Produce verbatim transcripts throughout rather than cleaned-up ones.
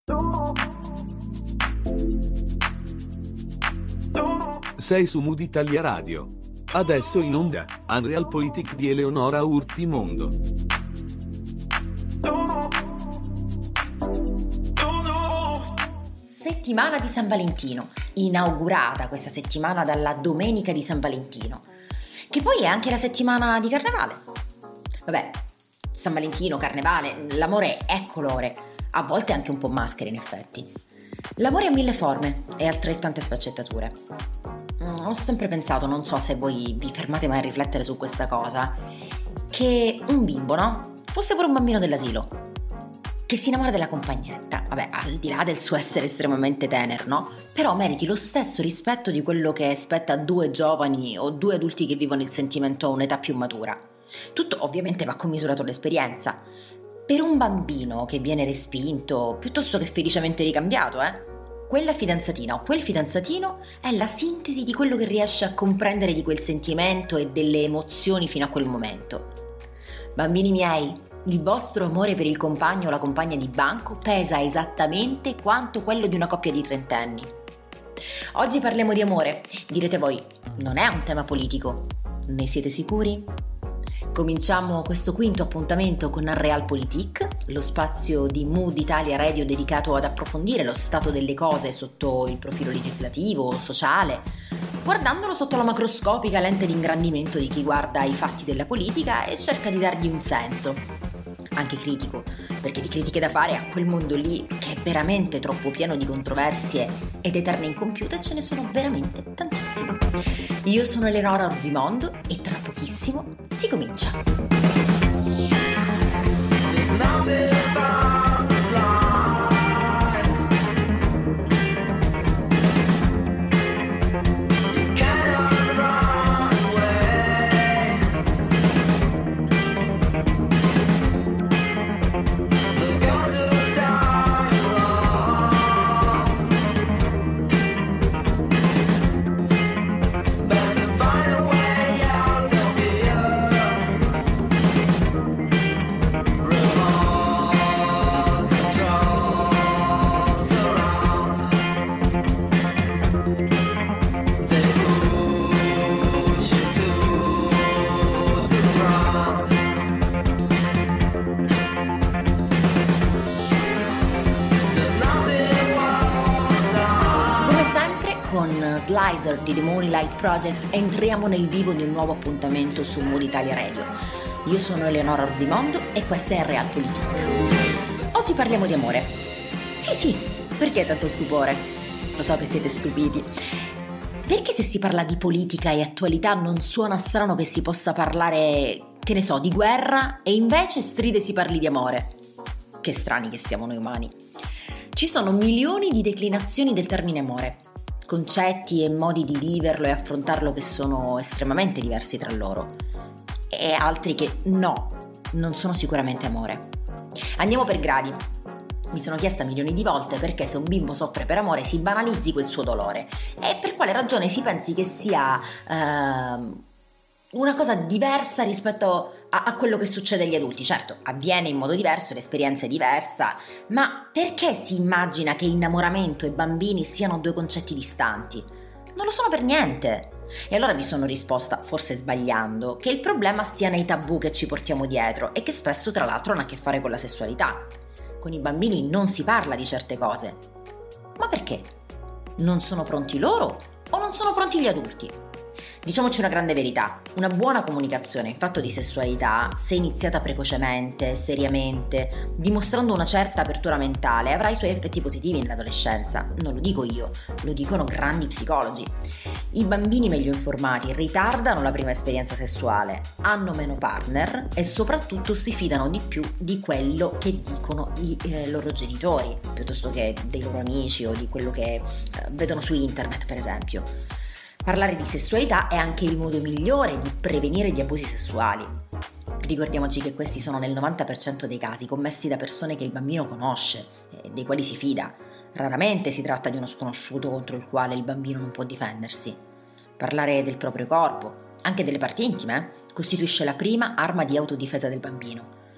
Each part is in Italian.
Sei su Mood Italia Radio. Adesso in onda, Unrealpolitik di Eleonora Urzi Mondo. Settimana di San Valentino, inaugurata questa settimana dalla domenica di San Valentino, che poi è anche la settimana di Carnevale. Vabbè, San Valentino, Carnevale, l'amore è colore, a volte anche un po' maschera in effetti. L'amore ha mille forme e altrettante sfaccettature. Mm, ho sempre pensato, non so se voi vi fermate mai a riflettere su questa cosa, che un bimbo, no? Fosse pure un bambino dell'asilo, che si innamora della compagnetta, vabbè, al di là del suo essere estremamente tenero, no? Però meriti lo stesso rispetto di quello che spetta a due giovani o due adulti che vivono il sentimento a un'età più matura. Tutto ovviamente va commisurato all'esperienza. Per un bambino che viene respinto, piuttosto che felicemente ricambiato, eh? Quella fidanzatina o quel fidanzatino è la sintesi di quello che riesce a comprendere di quel sentimento e delle emozioni fino a quel momento. Bambini miei, il vostro amore per il compagno o la compagna di banco pesa esattamente quanto quello di una coppia di trentenni. Oggi parliamo di amore. Direte voi, non è un tema politico. Ne siete sicuri? Cominciamo questo quinto appuntamento con Unrealpolitik, lo spazio di Mood Italia Radio dedicato ad approfondire lo stato delle cose sotto il profilo legislativo, sociale, guardandolo sotto la macroscopica lente di ingrandimento di chi guarda i fatti della politica e cerca di dargli un senso, anche critico, perché di critiche da fare a quel mondo lì che è veramente troppo pieno di controversie ed eterne incompiute ce ne sono veramente tantissime. Io sono Eleonora Urzi Mondo e tra pochissimo si comincia. Slicer di The Moonlight Project entriamo nel vivo di un nuovo appuntamento su Mood Italia Radio. Io sono Eleonora Urzi Mondo e questa è Unrealpolitik. Oggi parliamo di amore. Sì, sì, perché tanto stupore? Lo so che siete stupiti. Perché se si parla di politica e attualità non suona strano che si possa parlare, che ne so, di guerra e invece stride si parli di amore? Che strani che siamo noi umani. Ci sono milioni di declinazioni del termine amore, concetti e modi di viverlo e affrontarlo che sono estremamente diversi tra loro, e altri che no, non sono sicuramente amore. Andiamo per gradi. Mi sono chiesta milioni di volte perché se un bimbo soffre per amore si banalizzi quel suo dolore e per quale ragione si pensi che sia uh, una cosa diversa rispetto a, a quello che succede agli adulti. Certo, avviene in modo diverso, l'esperienza è diversa, ma perché si immagina che innamoramento e bambini siano due concetti distanti? Non lo sono per niente. E allora mi sono risposta, forse sbagliando, che il problema stia nei tabù che ci portiamo dietro e che spesso tra l'altro hanno a che fare con la sessualità. Con i bambini non si parla di certe cose. Ma perché? Non sono pronti loro o non sono pronti gli adulti? Diciamoci una grande verità, una buona comunicazione in fatto di sessualità, se iniziata precocemente, seriamente, dimostrando una certa apertura mentale, avrà i suoi effetti positivi nell'adolescenza. Non lo dico io, lo dicono grandi psicologi. I bambini meglio informati ritardano la prima esperienza sessuale, hanno meno partner e soprattutto si fidano di più di quello che dicono i eh, loro genitori, piuttosto che dei loro amici o di quello che eh, vedono su internet, per esempio. Parlare di sessualità è anche il modo migliore di prevenire gli abusi sessuali. Ricordiamoci che questi sono nel novanta per cento dei casi commessi da persone che il bambino conosce e dei quali si fida. Raramente si tratta di uno sconosciuto contro il quale il bambino non può difendersi. Parlare del proprio corpo, anche delle parti intime, costituisce la prima arma di autodifesa del bambino.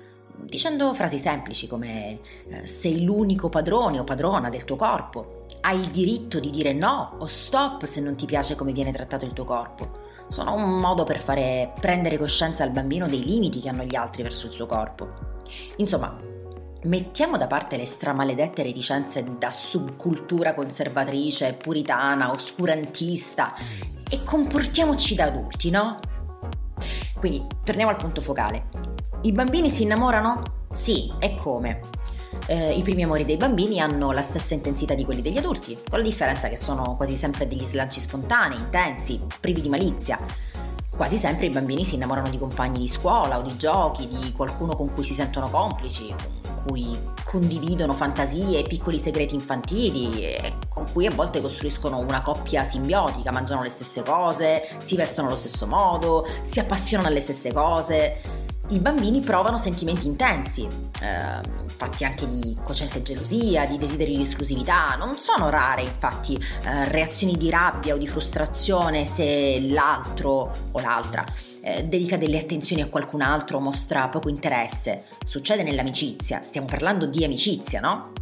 dicendo frasi semplici come eh, sei l'unico padrone o padrona del tuo corpo, hai il diritto di dire no o stop se non ti piace come viene trattato il tuo corpo. Sono un modo per fare prendere coscienza al bambino dei limiti che hanno gli altri verso il suo corpo. Insomma, mettiamo da parte le stramaledette reticenze da subcultura conservatrice, puritana, oscurantista e comportiamoci da adulti, no? Quindi, torniamo al punto focale. I bambini si innamorano? Sì, e come? Eh, I primi amori dei bambini hanno la stessa intensità di quelli degli adulti, con la differenza che sono quasi sempre degli slanci spontanei, intensi, privi di malizia. Quasi sempre i bambini si innamorano di compagni di scuola o di giochi, di qualcuno con cui si sentono complici, con cui condividono fantasie e piccoli segreti infantili e con cui a volte costruiscono una coppia simbiotica, mangiano le stesse cose, si vestono allo stesso modo, si appassionano alle stesse cose. I bambini provano sentimenti intensi, eh, fatti anche di cocente gelosia, di desiderio di esclusività. Non sono rare, infatti, eh, reazioni di rabbia o di frustrazione se l'altro o l'altra eh, dedica delle attenzioni a qualcun altro o mostra poco interesse. Succede nell'amicizia, stiamo parlando di amicizia, no?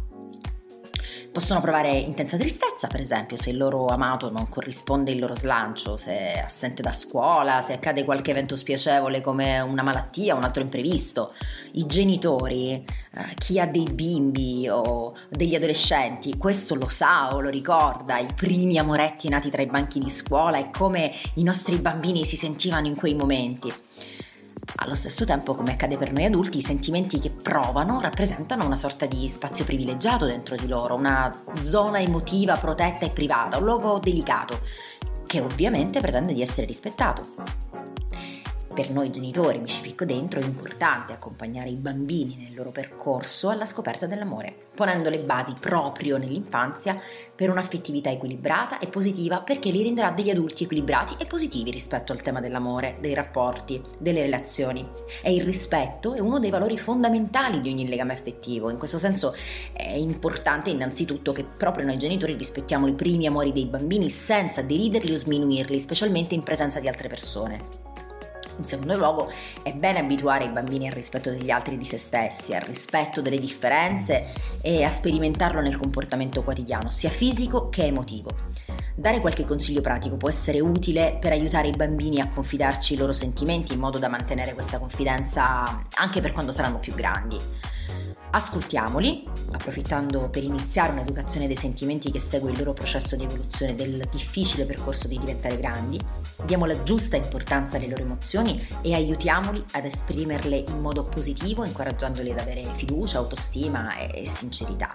Possono provare intensa tristezza, per esempio, se il loro amato non corrisponde il loro slancio, se è assente da scuola, se accade qualche evento spiacevole come una malattia o un altro imprevisto. I genitori, eh, chi ha dei bimbi o degli adolescenti, questo lo sa o lo ricorda, i primi amoretti nati tra i banchi di scuola e come i nostri bambini si sentivano in quei momenti. Allo stesso tempo, come accade per noi adulti, i sentimenti che provano rappresentano una sorta di spazio privilegiato dentro di loro, una zona emotiva protetta e privata, un luogo delicato, che ovviamente pretende di essere rispettato. Per noi genitori, mi ci ficco dentro, è importante accompagnare i bambini nel loro percorso alla scoperta dell'amore, ponendo le basi proprio nell'infanzia per un'affettività equilibrata e positiva, perché li renderà degli adulti equilibrati e positivi rispetto al tema dell'amore, dei rapporti, delle relazioni. E il rispetto è uno dei valori fondamentali di ogni legame affettivo. In questo senso è importante innanzitutto che proprio noi genitori rispettiamo i primi amori dei bambini senza deriderli o sminuirli, specialmente in presenza di altre persone. In secondo luogo, è bene abituare i bambini al rispetto degli altri e di se stessi, al rispetto delle differenze e a sperimentarlo nel comportamento quotidiano, sia fisico che emotivo. Dare qualche consiglio pratico può essere utile per aiutare i bambini a confidarci i loro sentimenti in modo da mantenere questa confidenza anche per quando saranno più grandi. Ascoltiamoli, approfittando per iniziare un'educazione dei sentimenti che segue il loro processo di evoluzione del difficile percorso di diventare grandi, diamo la giusta importanza alle loro emozioni e aiutiamoli ad esprimerle in modo positivo, incoraggiandoli ad avere fiducia, autostima e sincerità.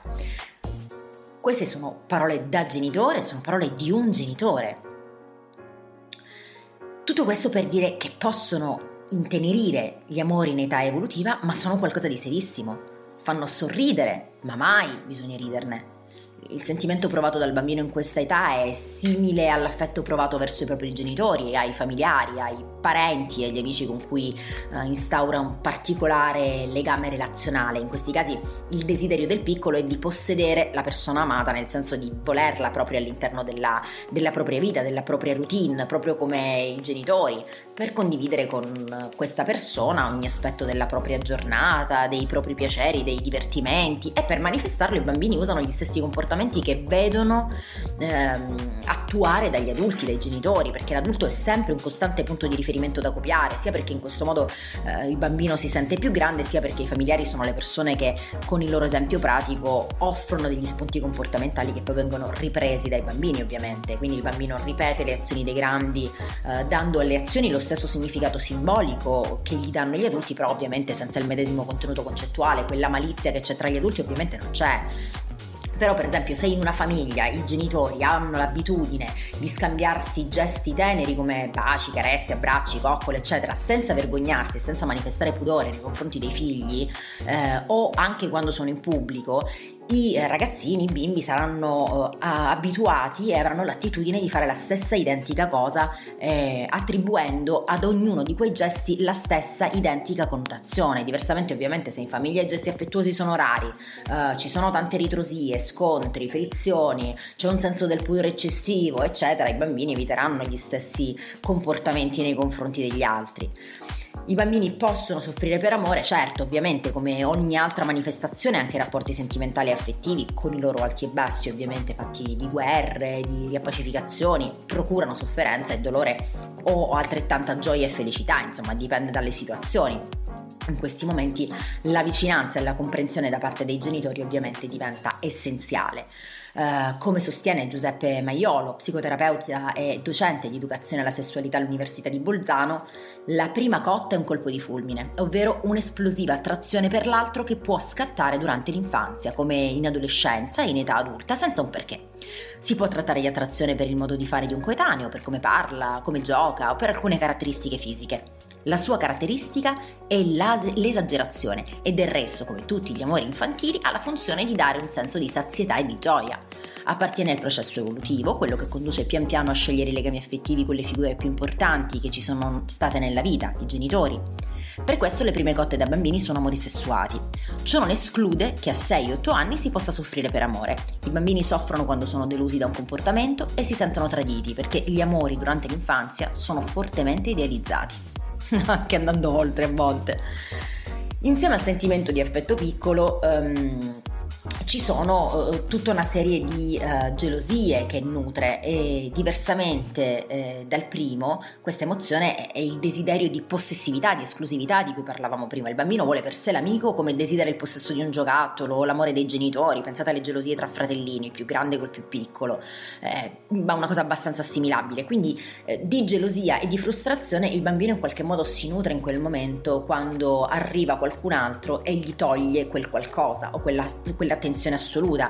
Queste sono parole da genitore, sono parole di un genitore. Tutto questo per dire che possono intenerire gli amori in età evolutiva, ma sono qualcosa di serissimo. Fanno sorridere, ma mai bisogna riderne. Il sentimento provato dal bambino in questa età è simile all'affetto provato verso i propri genitori, ai familiari, ai parenti e agli amici con cui eh, instaura un particolare legame relazionale. In questi casi il desiderio del piccolo è di possedere la persona amata, nel senso di volerla proprio all'interno della, della propria vita, della propria routine, proprio come i genitori, per condividere con questa persona ogni aspetto della propria giornata, dei propri piaceri, dei divertimenti, e per manifestarlo i bambini usano gli stessi comportamenti che vedono ehm, attuare dagli adulti, dai genitori, perché l'adulto è sempre un costante punto di riferimento da copiare, sia perché in questo modo eh, il bambino si sente più grande, sia perché i familiari sono le persone che con il loro esempio pratico offrono degli spunti comportamentali che poi vengono ripresi dai bambini, ovviamente. Quindi il bambino ripete le azioni dei grandi, eh, dando alle azioni lo stesso significato simbolico che gli danno gli adulti, però ovviamente senza il medesimo contenuto concettuale. Quella malizia che c'è tra gli adulti ovviamente non c'è. Però per esempio se in una famiglia i genitori hanno l'abitudine di scambiarsi gesti teneri come baci, carezze, abbracci, coccole eccetera, senza vergognarsi e senza manifestare pudore nei confronti dei figli, eh, o anche quando sono in pubblico, i ragazzini, i bimbi saranno uh, abituati e avranno l'attitudine di fare la stessa identica cosa, eh, attribuendo ad ognuno di quei gesti la stessa identica connotazione. Diversamente ovviamente se in famiglia i gesti affettuosi sono rari, uh, ci sono tante ritrosie, scontri, frizioni, c'è un senso del pudore eccessivo eccetera, i bambini eviteranno gli stessi comportamenti nei confronti degli altri. I bambini possono soffrire per amore, certo, ovviamente come ogni altra manifestazione anche i rapporti sentimentali e affettivi, con i loro alti e bassi ovviamente fatti di guerre, di riappacificazioni, procurano sofferenza e dolore o altrettanta gioia e felicità, insomma dipende dalle situazioni. In questi momenti la vicinanza e la comprensione da parte dei genitori ovviamente diventa essenziale. Uh, come sostiene Giuseppe Maiolo, psicoterapeuta e docente di educazione alla sessualità all'Università di Bolzano, la prima cotta è un colpo di fulmine, ovvero un'esplosiva attrazione per l'altro che può scattare durante l'infanzia, come in adolescenza e in età adulta, senza un perché. Si può trattare di attrazione per il modo di fare di un coetaneo, per come parla, come gioca o per alcune caratteristiche fisiche. La sua caratteristica è l'esagerazione e del resto, come tutti gli amori infantili, ha la funzione di dare un senso di sazietà e di gioia. Appartiene al processo evolutivo, quello che conduce pian piano a scegliere i legami affettivi con le figure più importanti che ci sono state nella vita, i genitori. Per questo le prime cotte da bambini sono amori sessuati. Ciò non esclude che a sei otto anni si possa soffrire per amore. I bambini soffrono quando sono delusi da un comportamento e si sentono traditi, perché gli amori durante l'infanzia sono fortemente idealizzati. Anche andando oltre a volte. Insieme al sentimento di affetto piccolo um, ci sono uh, tutta una serie di uh, gelosie che nutre e diversamente eh, dal primo questa emozione è, è il desiderio di possessività, di esclusività di cui parlavamo prima. Il bambino vuole per sé l'amico come desidera il possesso di un giocattolo o l'amore dei genitori. Pensate alle gelosie tra fratellini, il più grande col più piccolo, eh, ma una cosa abbastanza assimilabile. Quindi eh, di gelosia e di frustrazione il bambino in qualche modo si nutre in quel momento quando arriva qualcun altro e gli toglie quel qualcosa o quella, quell'attenzione assoluta.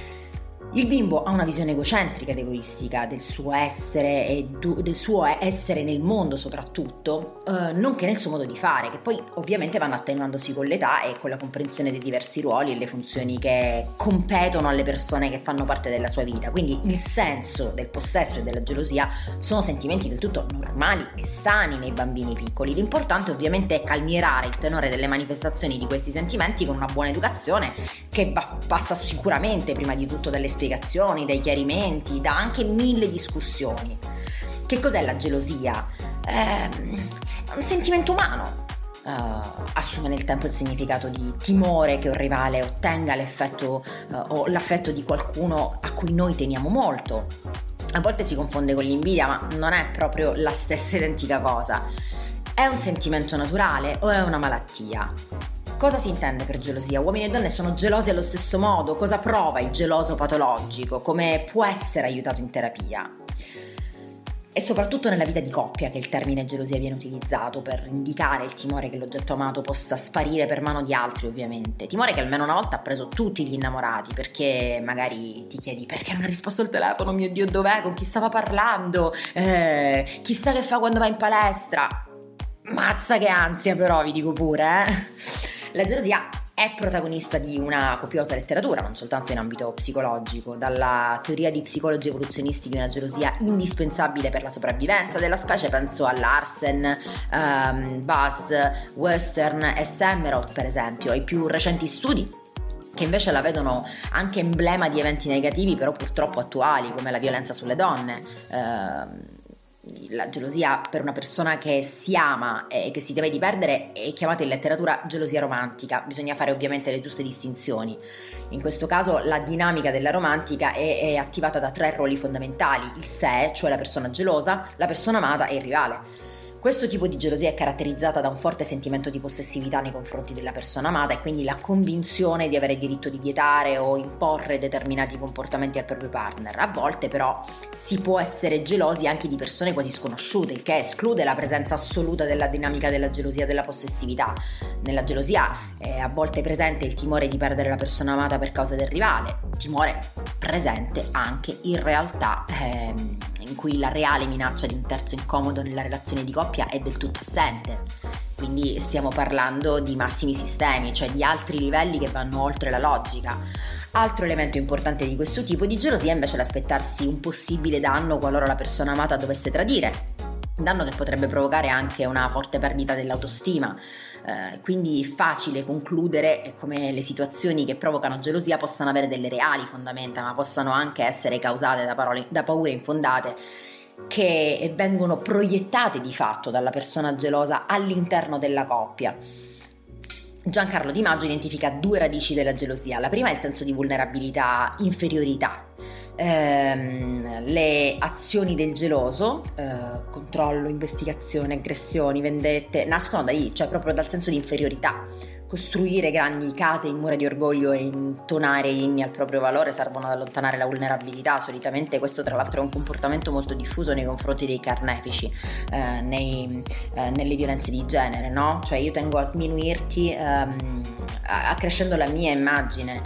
Il bimbo ha una visione egocentrica ed egoistica del suo essere e du- del suo essere nel mondo soprattutto, eh, nonché nel suo modo di fare, che poi ovviamente vanno attenuandosi con l'età e con la comprensione dei diversi ruoli e le funzioni che competono alle persone che fanno parte della sua vita. Quindi il senso del possesso e della gelosia sono sentimenti del tutto normali e sani nei bambini piccoli. L'importante ovviamente è calmierare il tenore delle manifestazioni di questi sentimenti con una buona educazione che va- passa sicuramente prima di tutto dalle spiegazioni, dai chiarimenti, da anche mille discussioni. Che cos'è la gelosia? È un sentimento umano. Uh, assume nel tempo il significato di timore che un rivale ottenga l'effetto uh, o l'affetto di qualcuno a cui noi teniamo molto. A volte si confonde con l'invidia, ma non è proprio la stessa identica cosa. È un sentimento naturale o è una malattia? Cosa si intende per gelosia? Uomini e donne sono gelosi allo stesso modo? Cosa prova il geloso patologico? Come può essere aiutato in terapia? È soprattutto nella vita di coppia che il termine gelosia viene utilizzato per indicare il timore che l'oggetto amato possa sparire per mano di altri, ovviamente. Timore che almeno una volta ha preso tutti gli innamorati, perché magari ti chiedi perché non ha risposto al telefono, mio Dio dov'è, con chi stava parlando, eh, chissà che fa quando va in palestra. Mazza che ansia però, vi dico pure, eh. La gelosia è protagonista di una copiosa letteratura, non soltanto in ambito psicologico, dalla teoria di psicologi evoluzionisti di una gelosia indispensabile per la sopravvivenza della specie, penso a Larsen, um, Bass, Western e Semmerot per esempio, ai più recenti studi che invece la vedono anche emblema di eventi negativi però purtroppo attuali, come la violenza sulle donne. Uh, La gelosia per una persona che si ama e che si deve di perdere è chiamata in letteratura gelosia romantica. Bisogna fare ovviamente le giuste distinzioni. In questo caso la dinamica della romantica è, è attivata da tre ruoli fondamentali: il sé, cioè la persona gelosa, la persona amata e il rivale. Questo tipo di gelosia è caratterizzata da un forte sentimento di possessività nei confronti della persona amata e quindi la convinzione di avere diritto di vietare o imporre determinati comportamenti al proprio partner. A volte però si può essere gelosi anche di persone quasi sconosciute, il che esclude la presenza assoluta della dinamica della gelosia e della possessività. Nella gelosia è a volte presente il timore di perdere la persona amata per causa del rivale, timore presente anche in realtà ehm, in cui la reale minaccia di un terzo incomodo nella relazione di coppia è del tutto assente. Quindi stiamo parlando di massimi sistemi, cioè di altri livelli che vanno oltre la logica. Altro elemento importante di questo tipo di gelosia è invece l'aspettarsi un possibile danno qualora la persona amata dovesse tradire, danno che potrebbe provocare anche una forte perdita dell'autostima. Eh, quindi è facile concludere come le situazioni che provocano gelosia possano avere delle reali fondamenta, ma possano anche essere causate da, parole, da paure infondate che vengono proiettate di fatto dalla persona gelosa all'interno della coppia. Giancarlo Di Maggio identifica due radici della gelosia. La prima è il senso di vulnerabilità, inferiorità. Ehm, le azioni del geloso, eh, controllo, investigazione, aggressioni, vendette, nascono da lì, cioè proprio dal senso di inferiorità. Costruire grandi case in mura di orgoglio e intonare inni al proprio valore servono ad allontanare la vulnerabilità. Solitamente questo, tra l'altro, è un comportamento molto diffuso nei confronti dei carnefici, eh, nei, eh, nelle violenze di genere, no? Cioè io tengo a sminuirti ehm, accrescendo la mia immagine,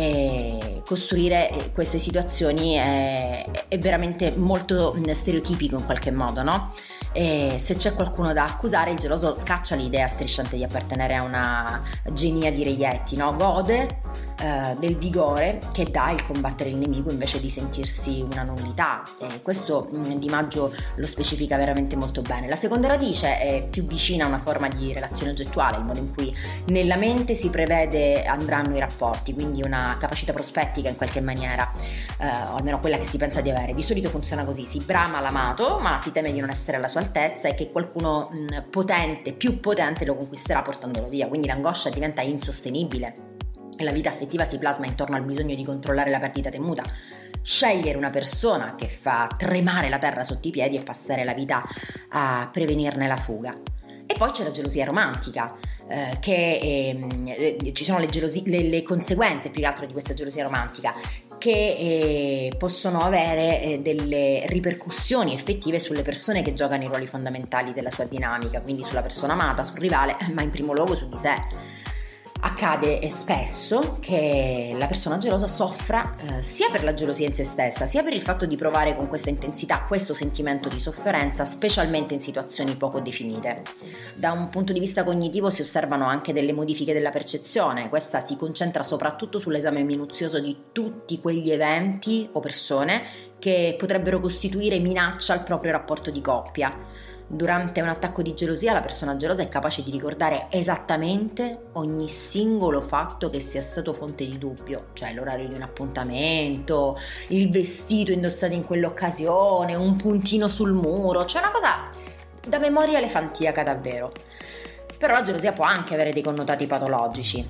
e costruire queste situazioni è, è veramente molto stereotipico in qualche modo, no? E se c'è qualcuno da accusare, il geloso scaccia l'idea strisciante di appartenere a una genia di reietti, no? Gode eh, del vigore che dà il combattere il nemico invece di sentirsi una nullità, e questo mh, Di Maggio lo specifica veramente molto bene. La seconda radice è più vicina a una forma di relazione oggettuale, il modo in cui nella mente si prevede andranno i rapporti, quindi una capacità prospettica in qualche maniera, eh, o almeno quella che si pensa di avere. Di solito funziona così: si brama l'amato ma si teme di non essere alla sua altezza e che qualcuno mh, potente, più potente, lo conquisterà portandolo via, quindi l'angoscia diventa insostenibile e la vita affettiva si plasma intorno al bisogno di controllare la partita temuta. Scegliere una persona che fa tremare la terra sotto i piedi e passare la vita a prevenirne la fuga. E poi c'è la gelosia romantica, eh, che eh, ci sono le, gelosi- le, le conseguenze più che altro di questa gelosia romantica, che eh, possono avere eh, delle ripercussioni effettive sulle persone che giocano i ruoli fondamentali della sua dinamica, quindi sulla persona amata, sul rivale, ma in primo luogo su di sé. Accade spesso che la persona gelosa soffra eh, sia per la gelosia in se stessa, sia per il fatto di provare con questa intensità questo sentimento di sofferenza, specialmente in situazioni poco definite. Da un punto di vista cognitivo si osservano anche delle modifiche della percezione. Questa si concentra soprattutto sull'esame minuzioso di tutti quegli eventi o persone che potrebbero costituire minaccia al proprio rapporto di coppia. Durante un attacco di gelosia la persona gelosa è capace di ricordare esattamente ogni singolo fatto che sia stato fonte di dubbio, cioè l'orario di un appuntamento, il vestito indossato in quell'occasione, un puntino sul muro, cioè una cosa da memoria elefantiaca davvero. Però la gelosia può anche avere dei connotati patologici.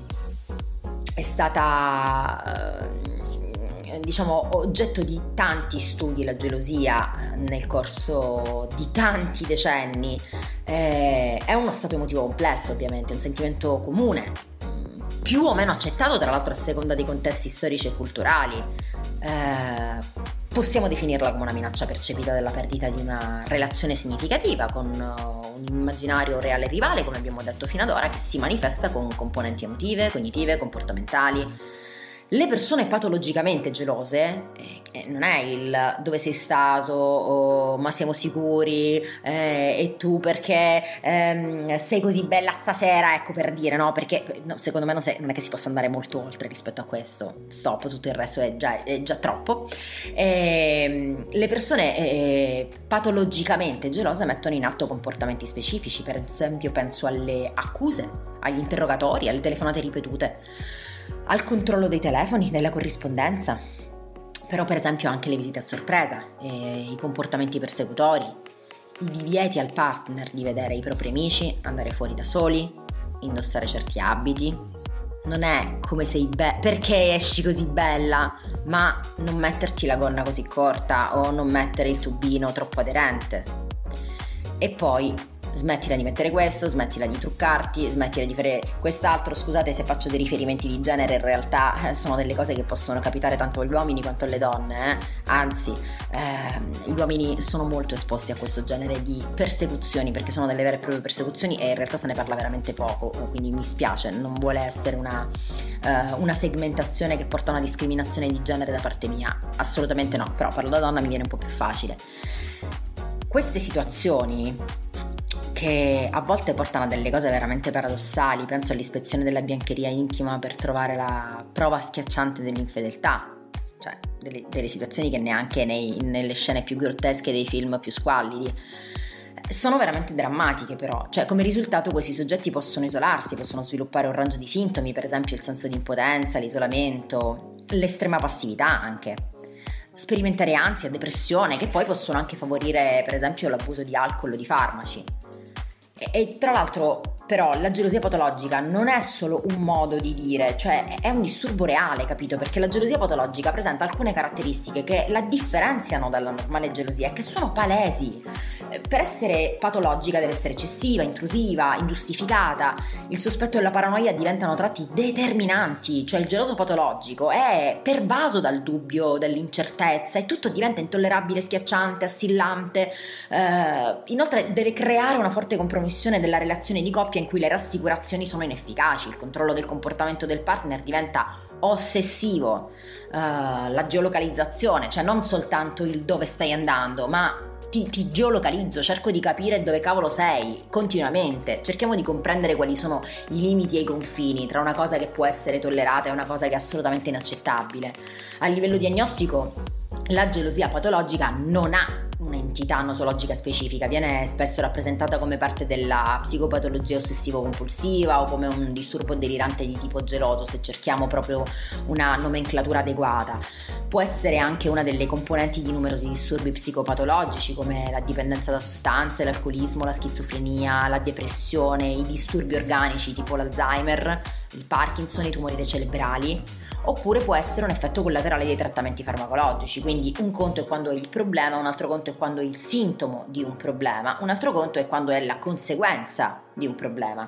È stata eh, diciamo oggetto di tanti studi la gelosia nel corso di tanti decenni. Eh, è uno stato emotivo complesso, ovviamente, un sentimento comune, più o meno accettato tra l'altro a seconda dei contesti storici e culturali. Eh, possiamo definirla come una minaccia percepita della perdita di una relazione significativa con un immaginario reale rivale, come abbiamo detto fino ad ora, che si manifesta con componenti emotive, cognitive, comportamentali. Le persone patologicamente gelose, eh, non è il dove sei stato, oh, ma siamo sicuri, eh, e tu perché ehm, sei così bella stasera, ecco, per dire, no? Perché no, secondo me non, sei, non è che si possa andare molto oltre rispetto a questo. Stop, tutto il resto è già, è già troppo. Eh, le persone eh, patologicamente gelose mettono in atto comportamenti specifici. Per esempio penso alle accuse, agli interrogatori, alle telefonate ripetute, al controllo dei telefoni, della corrispondenza, però per esempio anche le visite a sorpresa, eh, i comportamenti persecutori, i divieti al partner di vedere i propri amici, andare fuori da soli, indossare certi abiti. Non è come sei be- perché esci così bella, ma non metterti la gonna così corta o non mettere il tubino troppo aderente. E poi smettila di mettere questo, smettila di truccarti, smettila di fare quest'altro. Scusate se faccio dei riferimenti di genere, in realtà eh, sono delle cose che possono capitare tanto agli uomini quanto alle donne, eh? Anzi, eh, gli uomini sono molto esposti a questo genere di persecuzioni, perché sono delle vere e proprie persecuzioni e in realtà se ne parla veramente poco, quindi mi spiace, non vuole essere una, eh, una segmentazione che porta a una discriminazione di genere da parte mia, assolutamente no, però parlo da donna, mi viene un po' più facile. Queste situazioni, che a volte portano a delle cose veramente paradossali, penso all'ispezione della biancheria intima per trovare la prova schiacciante dell'infedeltà, cioè delle, delle situazioni che neanche nei, nelle scene più grottesche dei film più squallidi, sono veramente drammatiche. Però, cioè, come risultato questi soggetti possono isolarsi, possono sviluppare un range di sintomi, per esempio il senso di impotenza, l'isolamento, l'estrema passività anche. sperimentare ansia, depressione, che poi possono anche favorire per esempio l'abuso di alcol o di farmaci. E, e tra l'altro però la gelosia patologica non è solo un modo di dire, cioè è un disturbo reale, capito? Perché la gelosia patologica presenta alcune caratteristiche che la differenziano dalla normale gelosia e che sono palesi. Per essere patologica deve essere eccessiva, intrusiva, ingiustificata. Il sospetto e la paranoia diventano tratti determinanti, cioè il geloso patologico è pervaso dal dubbio, dall'incertezza e tutto diventa intollerabile, schiacciante, assillante. Eh, inoltre deve creare una forte compromissione della relazione di coppia in cui le rassicurazioni sono inefficaci, il controllo del comportamento del partner diventa ossessivo, uh, la geolocalizzazione, cioè non soltanto il dove stai andando, ma ti, ti geolocalizzo, cerco di capire dove cavolo sei continuamente, cerchiamo di comprendere quali sono i limiti e i confini tra una cosa che può essere tollerata e una cosa che è assolutamente inaccettabile. A livello diagnostico, la gelosia patologica non ha un'entità nosologica specifica, viene spesso rappresentata come parte della psicopatologia ossessivo-compulsiva o come un disturbo delirante di tipo geloso, se cerchiamo proprio una nomenclatura adeguata. Può essere anche una delle componenti di numerosi disturbi psicopatologici come la dipendenza da sostanze, l'alcolismo, la schizofrenia, la depressione, i disturbi organici tipo l'Alzheimer, il Parkinson, i tumori cerebrali. Oppure può essere un effetto collaterale dei trattamenti farmacologici, quindi un conto è quando è il problema, un altro conto è quando è il sintomo di un problema, un altro conto è quando è la conseguenza di un problema.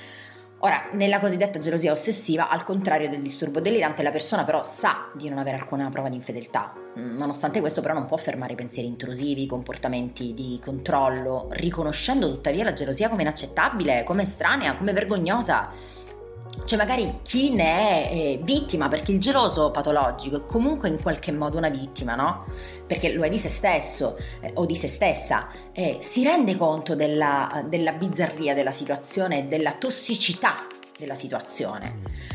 Ora, nella cosiddetta gelosia ossessiva, al contrario del disturbo delirante, la persona però sa di non avere alcuna prova di infedeltà. Nonostante questo però non può fermare i pensieri intrusivi, i comportamenti di controllo, riconoscendo tuttavia la gelosia come inaccettabile, come estranea, come vergognosa. Cioè magari chi ne è eh, vittima, perché il geloso patologico è comunque in qualche modo una vittima, no? Perché lo è di se stesso eh, o di se stessa, eh, si rende conto della, della bizzarria della situazione e della tossicità della situazione.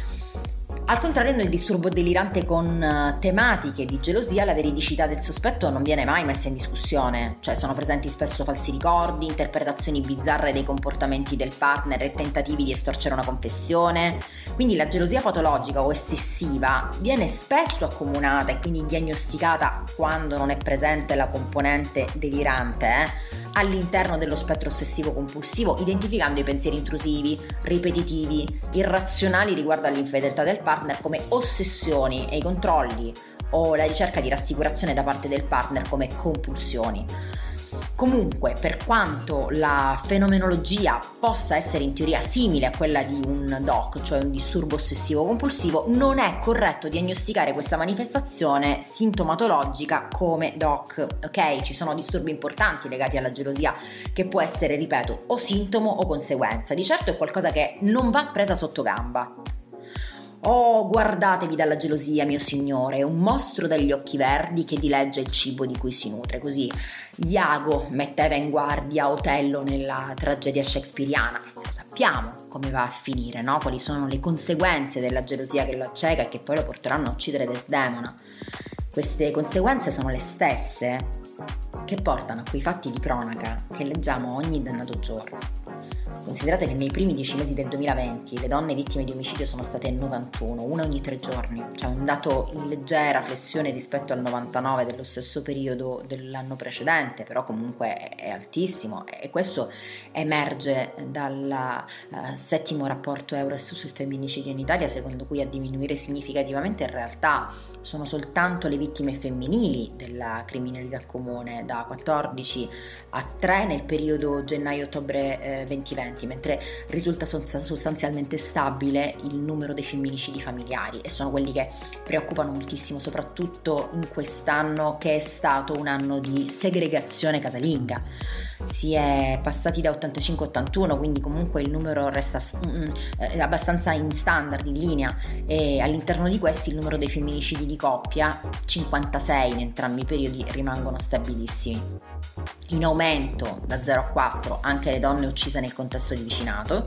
Al contrario, nel disturbo delirante con tematiche di gelosia, la veridicità del sospetto non viene mai messa in discussione, cioè sono presenti spesso falsi ricordi, interpretazioni bizzarre dei comportamenti del partner e tentativi di estorcere una confessione. Quindi la gelosia patologica o ossessiva viene spesso accomunata e quindi diagnosticata quando non è presente la componente delirante, eh? all'interno dello spettro ossessivo-compulsivo, identificando i pensieri intrusivi, ripetitivi, irrazionali riguardo all'infedeltà del partner come ossessioni e i controlli o la ricerca di rassicurazione da parte del partner come compulsioni. Comunque, per quanto la fenomenologia possa essere in teoria simile a quella di un D O C, cioè un disturbo ossessivo-compulsivo, non è corretto diagnosticare questa manifestazione sintomatologica come D O C, ok? Ci sono disturbi importanti legati alla gelosia che può essere, ripeto, o sintomo o conseguenza. Di certo è qualcosa che non va presa sotto gamba. Oh, guardatevi dalla gelosia, mio signore, è un mostro dagli occhi verdi che dileggia il cibo di cui si nutre. Così Iago metteva in guardia Otello nella tragedia shakespeariana. Lo sappiamo come va a finire, no? Quali sono le conseguenze della gelosia che lo acceca e che poi lo porteranno a uccidere Desdemona. Queste conseguenze sono le stesse che portano a quei fatti di cronaca che leggiamo ogni dannato giorno. Considerate che nei primi dieci mesi del duemilaventi le donne vittime di omicidio sono state novantuno, una ogni tre giorni, cioè un dato in leggera flessione rispetto al novantanove dello stesso periodo dell'anno precedente, però comunque è altissimo, e questo emerge dal uh, settimo rapporto Eures sul femminicidio in Italia, secondo cui a diminuire significativamente in realtà sono soltanto le vittime femminili della criminalità comune, da quattordici a tre nel periodo gennaio-ottobre eh, duemilaventi, mentre risulta sostanzialmente stabile il numero dei femminicidi familiari, e sono quelli che preoccupano moltissimo, soprattutto in quest'anno che è stato un anno di segregazione casalinga. Si è passati da ottantacinque a ottantuno, quindi comunque il numero resta mm, eh, abbastanza in standard, in linea, e all'interno di questi il numero dei femminicidi di coppia, cinquantasei in entrambi i periodi, rimangono stabilissimi. In aumento da zero a quattro anche le donne uccise nel contesto di vicinato,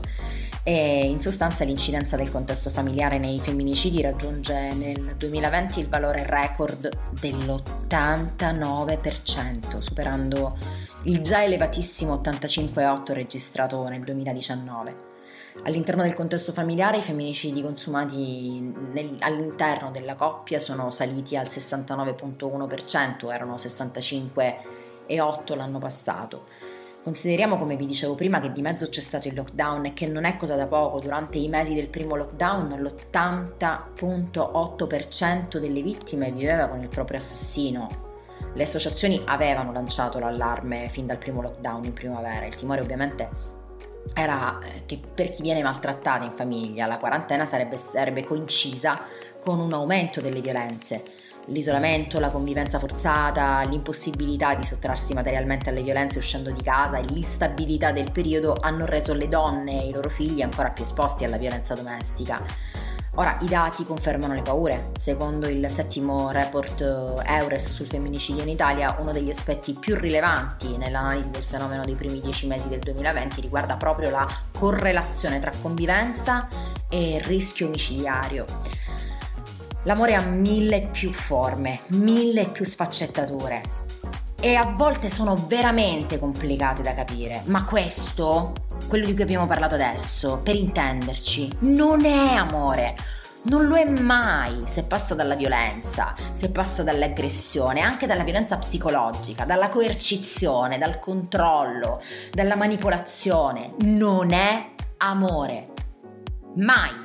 e in sostanza l'incidenza del contesto familiare nei femminicidi raggiunge nel duemilaventi il valore record dell'ottantanove per cento, superando il già elevatissimo ottantacinque virgola otto registrato nel duemiladiciannove. All'interno del contesto familiare i femminicidi consumati nel, all'interno della coppia sono saliti al sessantanove virgola uno per cento, erano sessantacinque virgola otto per cento l'anno passato. Consideriamo, come vi dicevo prima, che di mezzo c'è stato il lockdown e che non è cosa da poco. Durante i mesi del primo lockdown l'ottanta virgola otto per cento delle vittime viveva con il proprio assassino. Le associazioni avevano lanciato l'allarme fin dal primo lockdown in primavera. Il timore ovviamente era che per chi viene maltrattato in famiglia la quarantena sarebbe, sarebbe coincisa con un aumento delle violenze. L'isolamento, la convivenza forzata, l'impossibilità di sottrarsi materialmente alle violenze uscendo di casa e l'instabilità del periodo hanno reso le donne e i loro figli ancora più esposti alla violenza domestica. Ora, i dati confermano le paure. Secondo il settimo report Eures sul femminicidio in Italia, uno degli aspetti più rilevanti nell'analisi del fenomeno dei primi dieci mesi del duemilaventi riguarda proprio la correlazione tra convivenza e rischio omicidiario. L'amore ha mille più forme, mille più sfaccettature e a volte sono veramente complicate da capire, ma questo, quello di cui abbiamo parlato adesso, per intenderci, non è amore, non lo è mai se passa dalla violenza, se passa dall'aggressione, anche dalla violenza psicologica, dalla coercizione, dal controllo, dalla manipolazione, non è amore, mai.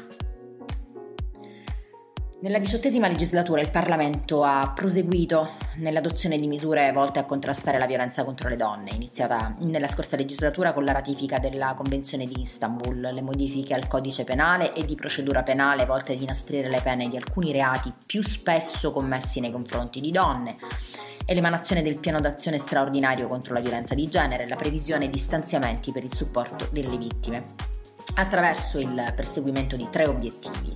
Nella diciottesima legislatura il Parlamento ha proseguito nell'adozione di misure volte a contrastare la violenza contro le donne, iniziata nella scorsa legislatura con la ratifica della Convenzione di Istanbul, le modifiche al codice penale e di procedura penale volte ad inasprire le pene di alcuni reati più spesso commessi nei confronti di donne, e l'emanazione del piano d'azione straordinario contro la violenza di genere e la previsione di stanziamenti per il supporto delle vittime, attraverso il perseguimento di tre obiettivi: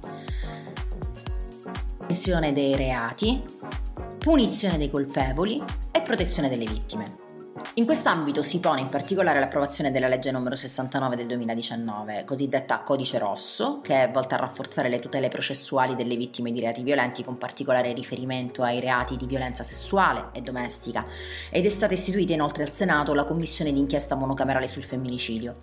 prevenzione dei reati, punizione dei colpevoli e protezione delle vittime. In quest'ambito si pone in particolare l'approvazione della legge numero sessantanove del duemiladiciannove, cosiddetta Codice Rosso, che è volta a rafforzare le tutele processuali delle vittime di reati violenti, con particolare riferimento ai reati di violenza sessuale e domestica, ed è stata istituita inoltre al Senato la Commissione d'inchiesta monocamerale sul femminicidio.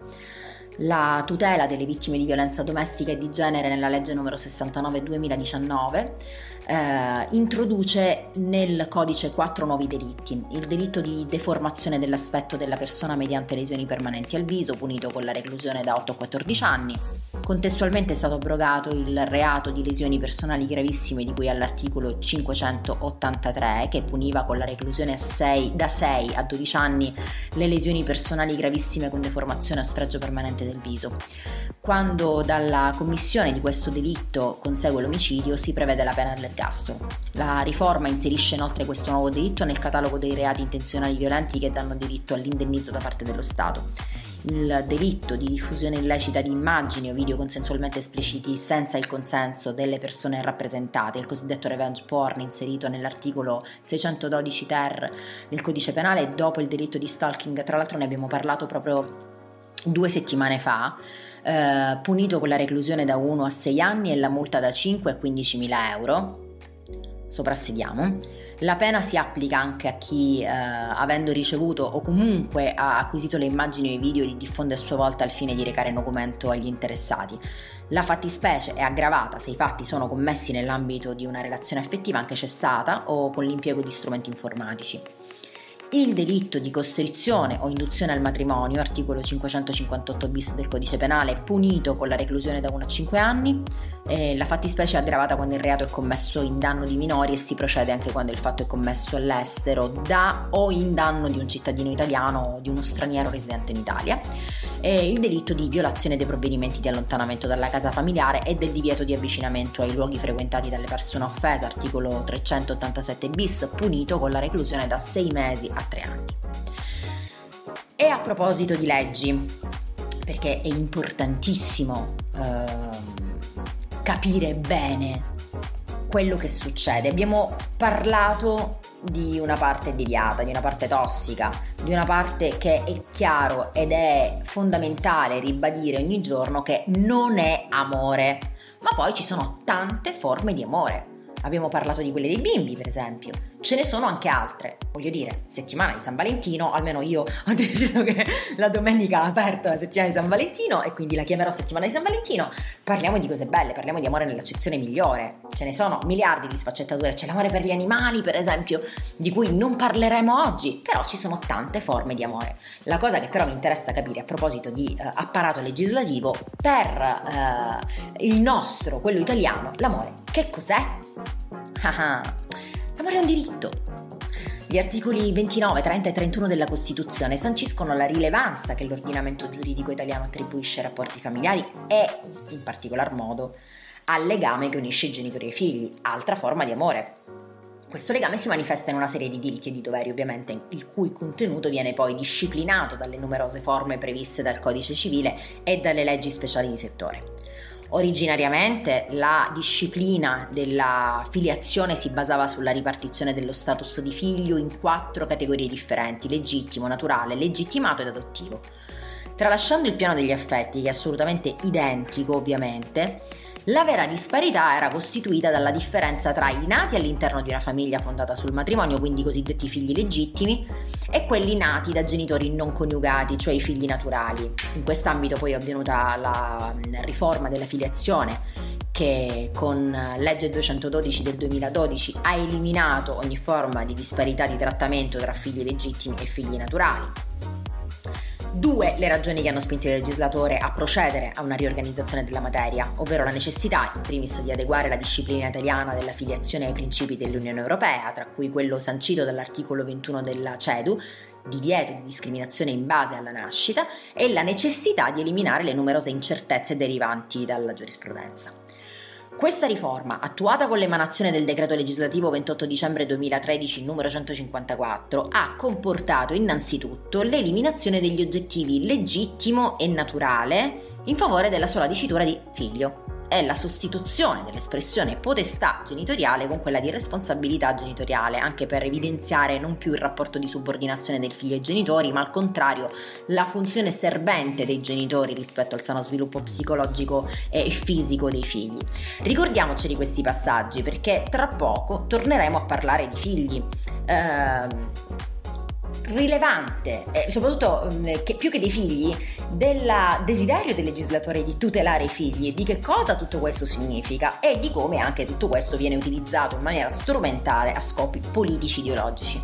La tutela delle vittime di violenza domestica e di genere nella legge numero sessantanove duemiladiciannove eh, introduce nel codice quattro nuovi delitti: il delitto di deformazione dell'aspetto della persona mediante lesioni permanenti al viso, punito con la reclusione da otto a quattordici anni. Contestualmente è stato abrogato il reato di lesioni personali gravissime di cui all'articolo cinquecentottantatré, che puniva con la reclusione a sei, da sei a dodici anni le lesioni personali gravissime con deformazione o sfregio permanente del viso. Quando dalla commissione di questo delitto consegue l'omicidio, si prevede la pena dell'ergastolo. La riforma inserisce inoltre questo nuovo delitto nel catalogo dei reati intenzionali violenti che danno diritto all'indennizzo da parte dello Stato. Il delitto di diffusione illecita di immagini o video consensualmente espliciti senza il consenso delle persone rappresentate, il cosiddetto revenge porn, inserito nell'articolo seicentododici ter del codice penale, e dopo il delitto di stalking, tra l'altro ne abbiamo parlato proprio due settimane fa, eh, punito con la reclusione da uno a sei anni e la multa da cinque a quindicimila euro. Soprassediamo. La pena si applica anche a chi, eh, avendo ricevuto o comunque ha acquisito le immagini o i video, li diffonde a sua volta al fine di recare nocumento agli interessati. La fattispecie è aggravata se i fatti sono commessi nell'ambito di una relazione affettiva anche cessata o con l'impiego di strumenti informatici. Il delitto di costrizione o induzione al matrimonio, articolo cinquecentocinquantotto bis del codice penale, punito con la reclusione da uno a cinque anni. Eh, la fattispecie è aggravata quando il reato è commesso in danno di minori, e si procede anche quando il fatto è commesso all'estero da o in danno di un cittadino italiano o di uno straniero residente in Italia. E il delitto di violazione dei provvedimenti di allontanamento dalla casa familiare e del divieto di avvicinamento ai luoghi frequentati dalle persone offese, articolo trecentottantasette bis, punito con la reclusione da sei mesi a tre anni. E a proposito di leggi, perché è importantissimo eh, capire bene quello che succede, abbiamo parlato di una parte deviata, di una parte tossica, di una parte che è chiaro ed è fondamentale ribadire ogni giorno che non è amore, ma poi ci sono tante forme di amore. Abbiamo parlato di quelle dei bimbi, per esempio, Ce ne sono anche altre, voglio dire, settimana di San Valentino, almeno io ho deciso che la domenica ha aperto la settimana di San Valentino e quindi la chiamerò settimana di San Valentino. Parliamo di cose belle, parliamo di amore nell'accezione migliore, ce ne sono miliardi di sfaccettature, c'è l'amore per gli animali per esempio, di cui non parleremo oggi, però ci sono tante forme di amore. La cosa che però mi interessa capire a proposito di eh, apparato legislativo, per eh, il nostro, quello italiano, l'amore che cos'è? L'amore è un diritto. Gli articoli ventinove, trenta e trentuno della Costituzione sanciscono la rilevanza che l'ordinamento giuridico italiano attribuisce ai rapporti familiari e, in particolar modo, al legame che unisce i genitori e i figli, altra forma di amore. Questo legame si manifesta in una serie di diritti e di doveri, ovviamente, il cui contenuto viene poi disciplinato dalle numerose forme previste dal Codice Civile e dalle leggi speciali di settore. Originariamente la disciplina della filiazione si basava sulla ripartizione dello status di figlio in quattro categorie differenti: legittimo, naturale, legittimato ed adottivo. Tralasciando il piano degli affetti, che è assolutamente identico ovviamente, la vera disparità era costituita dalla differenza tra i nati all'interno di una famiglia fondata sul matrimonio, quindi i cosiddetti figli legittimi, e quelli nati da genitori non coniugati, cioè i figli naturali. In quest'ambito poi è avvenuta la riforma della filiazione, che con legge duecentododici del duemiladodici ha eliminato ogni forma di disparità di trattamento tra figli legittimi e figli naturali. Due le ragioni che hanno spinto il legislatore a procedere a una riorganizzazione della materia, ovvero la necessità, in primis, di adeguare la disciplina italiana della filiazione ai principi dell'Unione Europea, tra cui quello sancito dall'articolo ventuno della C E D U, divieto di discriminazione in base alla nascita, e la necessità di eliminare le numerose incertezze derivanti dalla giurisprudenza. Questa riforma, attuata con l'emanazione del decreto legislativo ventotto dicembre duemilatredici numero centocinquantaquattro, ha comportato innanzitutto l'eliminazione degli oggettivi legittimo e naturale in favore della sola dicitura di figlio e la sostituzione dell'espressione potestà genitoriale con quella di responsabilità genitoriale, anche per evidenziare non più il rapporto di subordinazione del figlio ai genitori, ma al contrario la funzione servente dei genitori rispetto al sano sviluppo psicologico e fisico dei figli. Ricordiamoci di questi passaggi, perché tra poco torneremo a parlare di figli. Ehm, rilevante, eh, soprattutto eh, che più che dei figli, del desiderio del legislatore di tutelare i figli e di che cosa tutto questo significa e di come anche tutto questo viene utilizzato in maniera strumentale a scopi politici ideologici.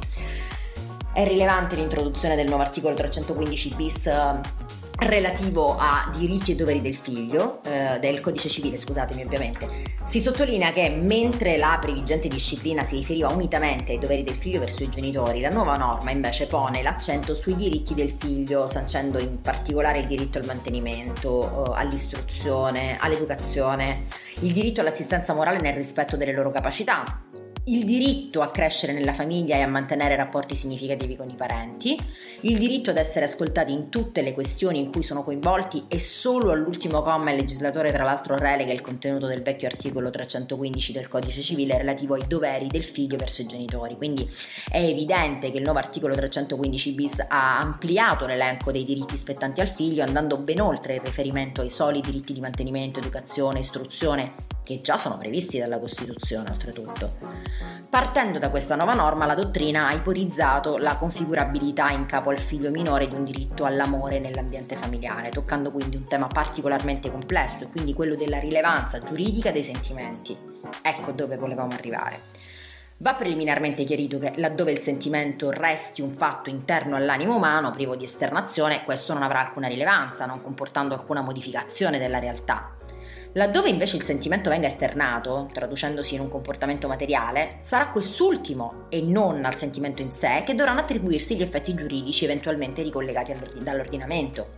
È rilevante l'introduzione del nuovo articolo trecentoquindici bis eh, relativo a diritti e doveri del figlio, eh, del codice civile, scusatemi ovviamente. Si sottolinea che mentre la previgente disciplina si riferiva unitamente ai doveri del figlio verso i genitori, la nuova norma invece pone l'accento sui diritti del figlio, sancendo in particolare il diritto al mantenimento, eh, all'istruzione, all'educazione, il diritto all'assistenza morale nel rispetto delle loro capacità, il diritto a crescere nella famiglia e a mantenere rapporti significativi con i parenti, il diritto ad essere ascoltati in tutte le questioni in cui sono coinvolti, e solo all'ultimo comma il legislatore tra l'altro relega il contenuto del vecchio articolo trecentoquindici del codice civile relativo ai doveri del figlio verso i genitori. Quindi è evidente che il nuovo articolo trecentoquindici bis ha ampliato l'elenco dei diritti spettanti al figlio, andando ben oltre il riferimento ai soli diritti di mantenimento, educazione, istruzione, che già sono previsti dalla Costituzione oltretutto. Partendo da questa nuova norma, la dottrina ha ipotizzato la configurabilità in capo al figlio minore di un diritto all'amore nell'ambiente familiare, toccando quindi un tema particolarmente complesso, e quindi quello della rilevanza giuridica dei sentimenti. Ecco dove volevamo arrivare. Va preliminarmente chiarito che laddove il sentimento resti un fatto interno all'animo umano, privo di esternazione, questo non avrà alcuna rilevanza, non comportando alcuna modificazione della realtà. Laddove invece il sentimento venga esternato, traducendosi in un comportamento materiale, sarà quest'ultimo e non al sentimento in sé che dovranno attribuirsi gli effetti giuridici eventualmente ricollegati dall'ordinamento.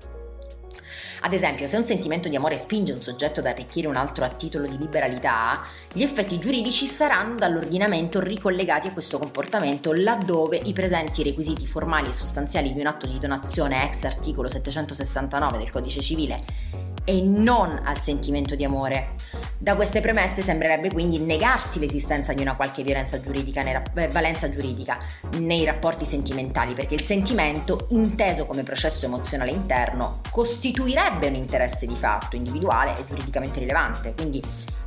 Ad esempio, se un sentimento di amore spinge un soggetto ad arricchire un altro a titolo di liberalità, gli effetti giuridici saranno dall'ordinamento ricollegati a questo comportamento laddove i presenti requisiti formali e sostanziali di un atto di donazione ex articolo settecentosessantanove del Codice Civile e non al sentimento di amore. Da queste premesse sembrerebbe quindi negarsi l'esistenza di una qualche violenza giuridica nei, eh, valenza giuridica nei rapporti sentimentali, perché il sentimento, inteso come processo emozionale interno, costituirebbe un interesse di fatto individuale e giuridicamente rilevante. Quindi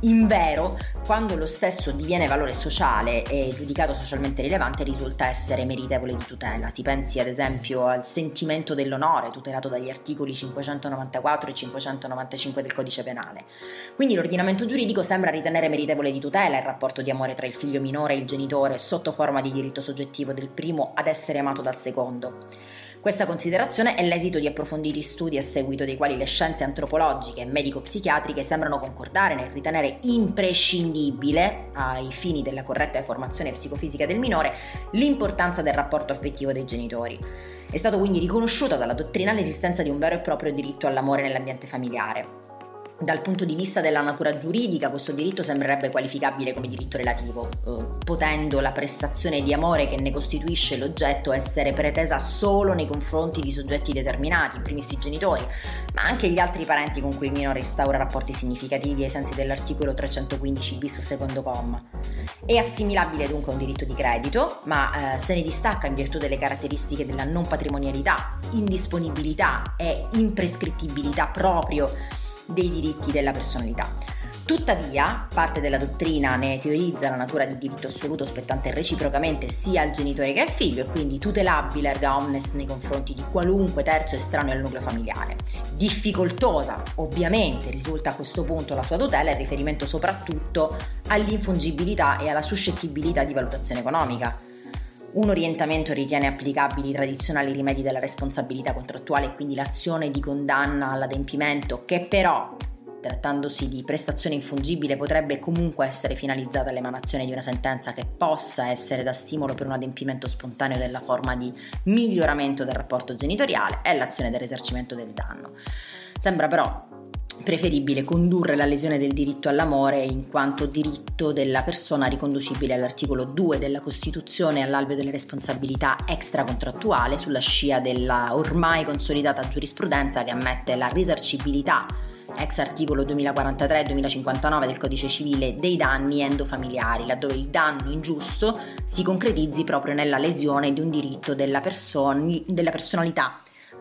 Invero, quando lo stesso diviene valore sociale e giudicato socialmente rilevante, risulta essere meritevole di tutela. Si pensi ad esempio al sentimento dell'onore, tutelato dagli articoli cinquecentonovantaquattro e cinquecentonovantacinque del Codice Penale. Quindi l'ordinamento giuridico sembra ritenere meritevole di tutela il rapporto di amore tra il figlio minore e il genitore sotto forma di diritto soggettivo del primo ad essere amato dal secondo. Questa considerazione è l'esito di approfonditi studi a seguito dei quali le scienze antropologiche e medico-psichiatriche sembrano concordare nel ritenere imprescindibile, ai fini della corretta formazione psicofisica del minore, l'importanza del rapporto affettivo dei genitori. È stato quindi riconosciuta dalla dottrina l'esistenza di un vero e proprio diritto all'amore nell'ambiente familiare. Dal punto di vista della natura giuridica, questo diritto sembrerebbe qualificabile come diritto relativo, eh, potendo la prestazione di amore che ne costituisce l'oggetto essere pretesa solo nei confronti di soggetti determinati, in primis i genitori, ma anche gli altri parenti con cui il minore instaura rapporti significativi ai sensi dell'articolo trecentoquindici bis secondo comma. È assimilabile dunque a un diritto di credito, ma eh, se ne distacca in virtù delle caratteristiche della non patrimonialità, indisponibilità e imprescrittibilità proprio dei diritti della personalità. Tuttavia, parte della dottrina ne teorizza la natura di diritto assoluto spettante reciprocamente sia al genitore che al figlio e quindi tutelabile erga omnes nei confronti di qualunque terzo estraneo al nucleo familiare. Difficoltosa, ovviamente, risulta a questo punto la sua tutela in riferimento soprattutto all'infungibilità e alla suscettibilità di valutazione economica. Un orientamento ritiene applicabili i tradizionali rimedi della responsabilità contrattuale e quindi l'azione di condanna all'adempimento, che però, trattandosi di prestazione infungibile, potrebbe comunque essere finalizzata all'emanazione di una sentenza che possa essere da stimolo per un adempimento spontaneo della forma di miglioramento del rapporto genitoriale e l'azione del risarcimento del danno. Sembra però preferibile condurre la lesione del diritto all'amore in quanto diritto della persona riconducibile all'articolo due della Costituzione e all'alveo delle responsabilità extracontrattuale sulla scia della ormai consolidata giurisprudenza che ammette la risarcibilità ex articolo duemilaquarantatré e duemilacinquantanove del Codice Civile dei danni endofamiliari, laddove il danno ingiusto si concretizzi proprio nella lesione di un diritto della, person- della personalità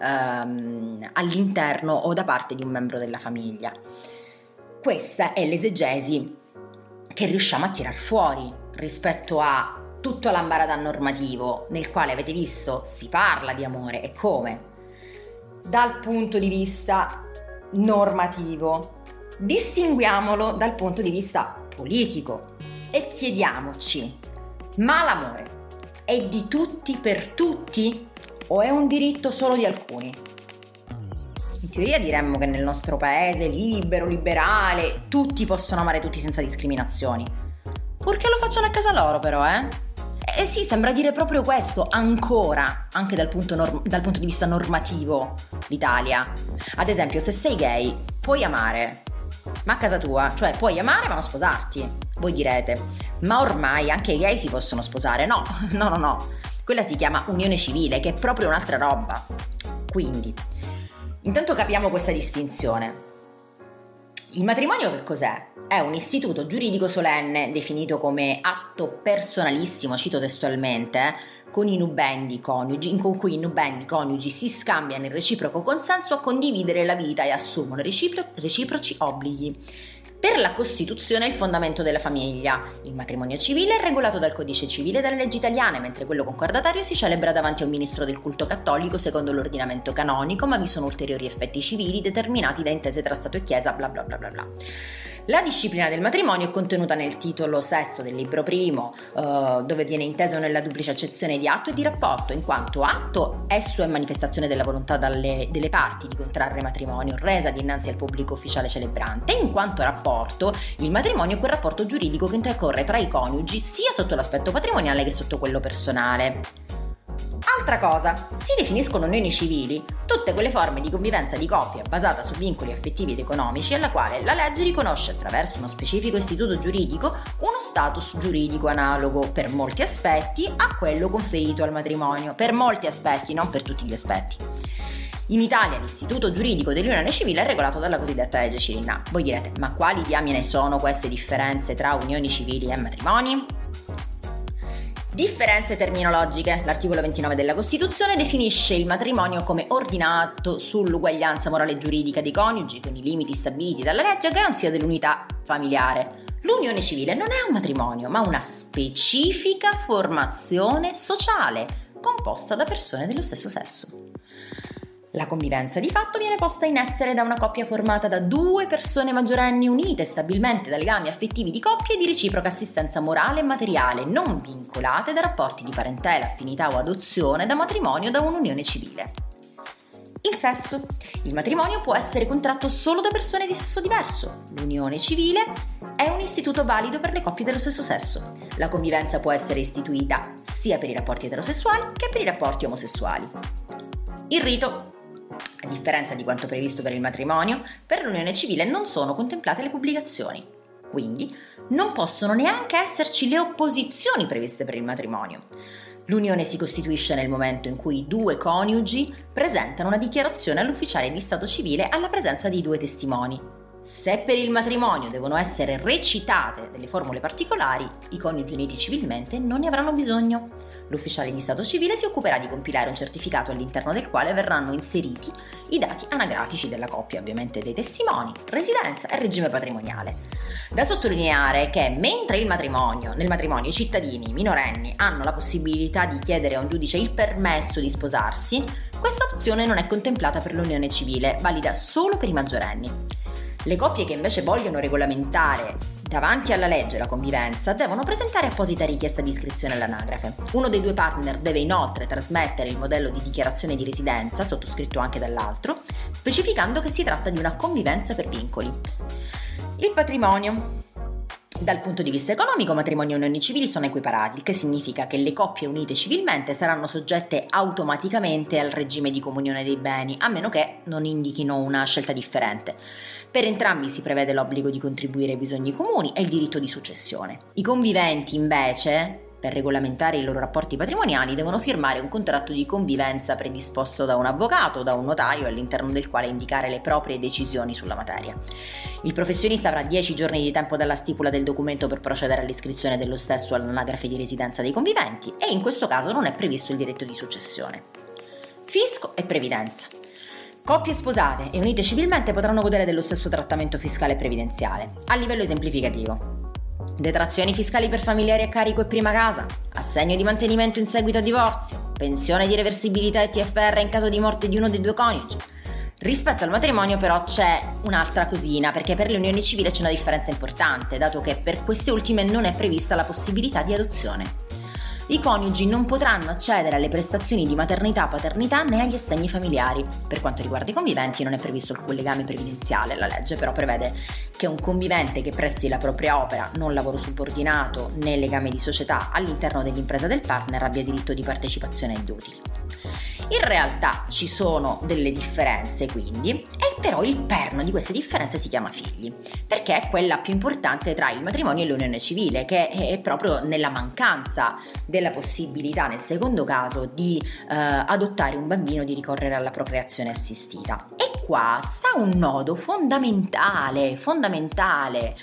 ehm, all'interno o da parte di un membro della famiglia. Questa è l'esegesi che riusciamo a tirar fuori rispetto a tutto l'ambaradan normativo nel quale, avete visto, si parla di amore e come? Dal punto di vista normativo. Distinguiamolo dal punto di vista politico e chiediamoci: ma l'amore è di tutti per tutti o è un diritto solo di alcuni? In teoria diremmo che nel nostro paese libero, liberale, tutti possono amare tutti senza discriminazioni. Purché lo facciano a casa loro però, eh? Eh sì, sembra dire proprio questo, ancora, anche dal punto, norm- dal punto di vista normativo, l'Italia. Ad esempio, se sei gay, puoi amare, ma a casa tua, cioè puoi amare ma non sposarti. Voi direte, ma ormai anche i gay si possono sposare? No, no, no, no. Quella si chiama unione civile, che è proprio un'altra roba. Quindi, intanto capiamo questa distinzione. Il matrimonio che cos'è? È un istituto giuridico solenne definito come atto personalissimo, cito testualmente, eh, con i nubendi coniugi, in cui i nubendi coniugi si scambiano il reciproco consenso a condividere la vita e assumono recipro- reciproci obblighi. Per la Costituzione è il fondamento della famiglia. Il matrimonio civile è regolato dal Codice Civile e dalle leggi italiane, mentre quello concordatario si celebra davanti a un ministro del culto cattolico secondo l'ordinamento canonico, ma vi sono ulteriori effetti civili determinati da intese tra Stato e Chiesa, bla bla bla bla bla. La disciplina del matrimonio è contenuta nel titolo sesto del libro primo, eh, dove viene inteso nella duplice accezione di atto e di rapporto. In quanto atto, esso è manifestazione della volontà dalle, delle parti di contrarre matrimonio, resa dinanzi al pubblico ufficiale celebrante. In quanto rapporto, il matrimonio è quel rapporto giuridico che intercorre tra i coniugi sia sotto l'aspetto patrimoniale che sotto quello personale. Altra cosa, si definiscono unioni civili tutte quelle forme di convivenza di coppia basata su vincoli affettivi ed economici alla quale la legge riconosce attraverso uno specifico istituto giuridico uno status giuridico analogo per molti aspetti a quello conferito al matrimonio, per molti aspetti, non per tutti gli aspetti. In Italia l'istituto giuridico dell'unione civile è regolato dalla cosiddetta legge Cirinnà. Voi direte, ma quali diamine sono queste differenze tra unioni civili e matrimoni? Differenze terminologiche. L'articolo ventinove della Costituzione definisce il matrimonio come ordinato sull'uguaglianza morale e giuridica dei coniugi, con i limiti stabiliti dalla legge a garanzia dell'unità familiare. L'unione civile non è un matrimonio, ma una specifica formazione sociale, composta da persone dello stesso sesso. La convivenza di fatto viene posta in essere da una coppia formata da due persone maggiorenni unite stabilmente da legami affettivi di coppia e di reciproca assistenza morale e materiale, non vincolate da rapporti di parentela, affinità o adozione, da matrimonio o da un'unione civile. Il sesso. Il matrimonio può essere contratto solo da persone di sesso diverso. L'unione civile è un istituto valido per le coppie dello stesso sesso. La convivenza può essere istituita sia per i rapporti eterosessuali che per i rapporti omosessuali. Il rito. A differenza di quanto previsto per il matrimonio, per l'unione civile non sono contemplate le pubblicazioni. Quindi non possono neanche esserci le opposizioni previste per il matrimonio. L'unione si costituisce nel momento in cui i due coniugi presentano una dichiarazione all'ufficiale di stato civile alla presenza di due testimoni. Se per il matrimonio devono essere recitate delle formule particolari, i coniugi uniti civilmente non ne avranno bisogno. L'ufficiale di stato civile si occuperà di compilare un certificato all'interno del quale verranno inseriti i dati anagrafici della coppia, ovviamente dei testimoni, residenza e regime patrimoniale. Da sottolineare che mentre il matrimonio, nel matrimonio i cittadini minorenni hanno la possibilità di chiedere a un giudice il permesso di sposarsi, questa opzione non è contemplata per l'unione civile, valida solo per i maggiorenni. Le coppie che invece vogliono regolamentare davanti alla legge la convivenza devono presentare apposita richiesta di iscrizione all'anagrafe. Uno dei due partner deve inoltre trasmettere il modello di dichiarazione di residenza, sottoscritto anche dall'altro, specificando che si tratta di una convivenza per vincoli. Il patrimonio. Dal punto di vista economico, matrimonio e unioni civili sono equiparati, il che significa che le coppie unite civilmente saranno soggette automaticamente al regime di comunione dei beni, a meno che non indichino una scelta differente. Per entrambi si prevede l'obbligo di contribuire ai bisogni comuni e il diritto di successione. I conviventi, invece, per regolamentare i loro rapporti patrimoniali, devono firmare un contratto di convivenza predisposto da un avvocato o da un notaio, all'interno del quale indicare le proprie decisioni sulla materia. Il professionista avrà dieci giorni di tempo dalla stipula del documento per procedere all'iscrizione dello stesso all'anagrafe di residenza dei conviventi e in questo caso non è previsto il diritto di successione. Fisco e previdenza. Coppie sposate e unite civilmente potranno godere dello stesso trattamento fiscale e previdenziale. A livello esemplificativo: detrazioni fiscali per familiari a carico e prima casa, assegno di mantenimento in seguito a divorzio, pensione di reversibilità e T F R in caso di morte di uno dei due coniugi. Rispetto al matrimonio però c'è un'altra cosina, perché per l'unione civile c'è una differenza importante, dato che per queste ultime non è prevista la possibilità di adozione. I coniugi non potranno accedere alle prestazioni di maternità, paternità né agli assegni familiari. Per quanto riguarda i conviventi non è previsto alcun legame previdenziale, la legge però prevede che un convivente che presti la propria opera, non lavoro subordinato né legame di società all'interno dell'impresa del partner abbia diritto di partecipazione agli utili. In realtà ci sono delle differenze quindi, e però il perno di queste differenze si chiama figli, perché è quella più importante tra il matrimonio e l'unione civile, che è proprio nella mancanza della possibilità, nel secondo caso, di eh, adottare un bambino, di ricorrere alla procreazione assistita. E qua sta un nodo fondamentale, fondamentale,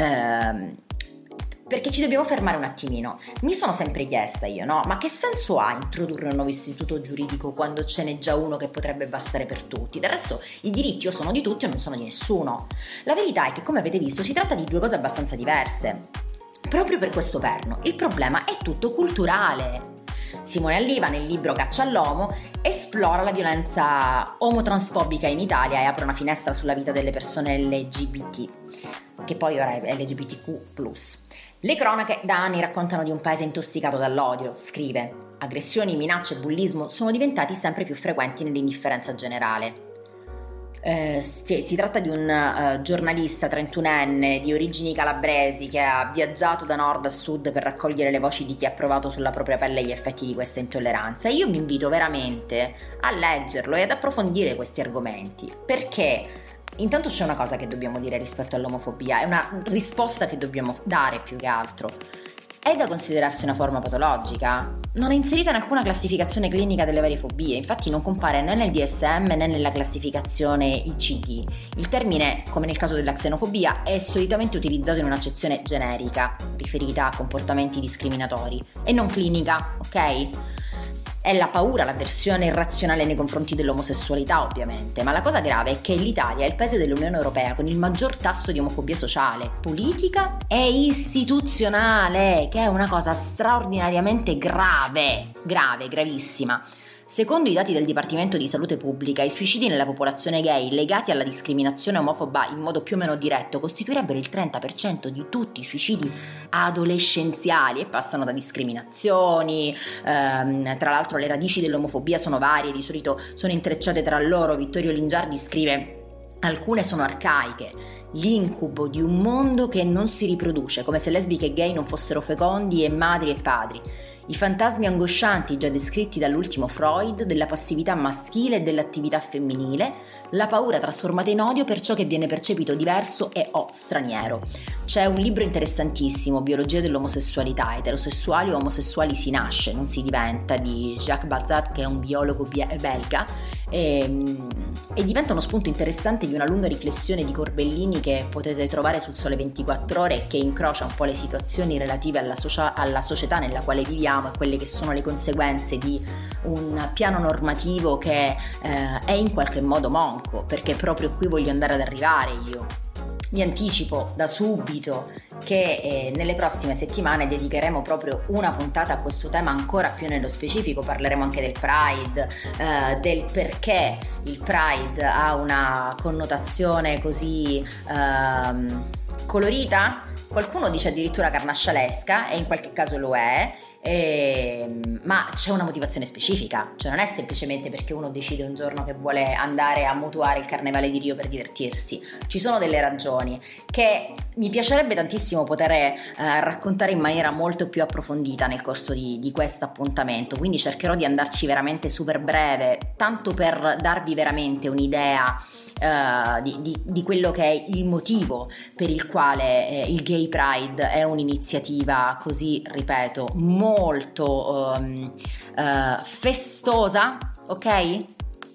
ehm, perché ci dobbiamo fermare un attimino. Mi sono sempre chiesta io, no? Ma che senso ha introdurre un nuovo istituto giuridico quando ce n'è già uno che potrebbe bastare per tutti? Del resto i diritti o sono di tutti o non sono di nessuno. La verità è che, come avete visto, si tratta di due cose abbastanza diverse. Proprio per questo perno, il problema è tutto culturale. Simone Alliva, nel libro Caccia all'uomo, esplora la violenza omotransfobica in Italia e apre una finestra sulla vita delle persone L G B T, che poi ora è L G B T Q plus. Le cronache da anni raccontano di un paese intossicato dall'odio, scrive. Aggressioni, minacce e bullismo sono diventati sempre più frequenti nell'indifferenza generale. Eh, si, si tratta di un uh, giornalista trentunenne di origini calabresi che ha viaggiato da nord a sud per raccogliere le voci di chi ha provato sulla propria pelle gli effetti di questa intolleranza. E io vi invito veramente a leggerlo e ad approfondire questi argomenti, perché intanto c'è una cosa che dobbiamo dire rispetto all'omofobia, è una risposta che dobbiamo dare più che altro. è da considerarsi una forma patologica. Non è inserita in alcuna classificazione clinica delle varie fobie, infatti non compare né nel D S M né nella classificazione I C D. Il termine, come nel caso della xenofobia, è solitamente utilizzato in un'accezione generica, riferita a comportamenti discriminatori, e non clinica, ok? È la paura, l'avversione irrazionale nei confronti dell'omosessualità, ovviamente, ma la cosa grave è che l'Italia è il paese dell'Unione Europea con il maggior tasso di omofobia sociale, politica e istituzionale, che è una cosa straordinariamente grave, grave, gravissima. Secondo i dati del Dipartimento di Salute Pubblica, i suicidi nella popolazione gay legati alla discriminazione omofoba in modo più o meno diretto costituirebbero il trenta per cento di tutti i suicidi adolescenziali e passano da discriminazioni, ehm, tra l'altro le radici dell'omofobia sono varie, di solito sono intrecciate tra loro. Vittorio Lingiardi scrive: alcune sono arcaiche, l'incubo di un mondo che non si riproduce, come se lesbiche e gay non fossero fecondi e madri e padri. I fantasmi angoscianti già descritti dall'ultimo Freud della passività maschile e dell'attività femminile, la paura trasformata in odio per ciò che viene percepito diverso e o straniero. C'è un libro interessantissimo, Biologia dell'omosessualità, eterosessuali o omosessuali si nasce, non si diventa, di Jacques Balzat, che è un biologo belga, e, e diventa uno spunto interessante di una lunga riflessione di Corbellini che potete trovare sul Sole ventiquattro Ore e che incrocia un po' le situazioni relative alla, socia- alla società nella quale viviamo e quelle che sono le conseguenze di un piano normativo che eh, è in qualche modo monco, perché proprio qui voglio andare ad arrivare io. Vi anticipo da subito che eh, nelle prossime settimane dedicheremo proprio una puntata a questo tema ancora più nello specifico. Parleremo anche del Pride, eh, del perché il Pride ha una connotazione così ehm, colorita. Qualcuno dice addirittura carnascialesca, e in qualche caso lo è. Eh, ma c'è una motivazione specifica, cioè non è semplicemente perché uno decide un giorno che vuole andare a mutuare il Carnevale di Rio per divertirsi. Ci sono delle ragioni che mi piacerebbe tantissimo poter eh, raccontare in maniera molto più approfondita nel corso di, di questo appuntamento, quindi cercherò di andarci veramente super breve, tanto per darvi veramente un'idea Uh, di, di, di quello che è il motivo per il quale eh, il Gay Pride è un'iniziativa così, ripeto, molto um, uh, festosa, ok?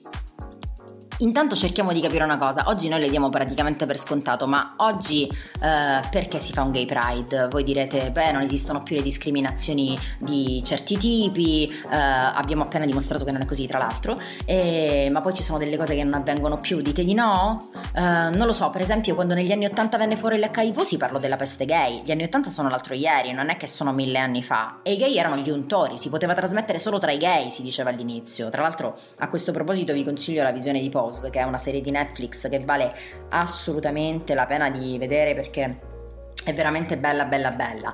Intanto cerchiamo di capire una cosa. Oggi noi le diamo praticamente per scontato, ma oggi eh, perché si fa un Gay Pride? Voi direte, beh, non esistono più le discriminazioni di certi tipi, eh, abbiamo appena dimostrato che non è così, tra l'altro, e, ma poi ci sono delle cose che non avvengono più, dite di no? Eh, non lo so, per esempio quando negli anni ottanta venne fuori l'H I V si parlò della peste gay. Gli anni ottanta sono l'altro ieri, non è che sono mille anni fa, e i gay erano gli untori, si poteva trasmettere solo tra i gay, si diceva all'inizio. Tra l'altro a questo proposito vi consiglio la visione di Pose, che è una serie di Netflix che vale assolutamente la pena di vedere perché è veramente bella bella bella.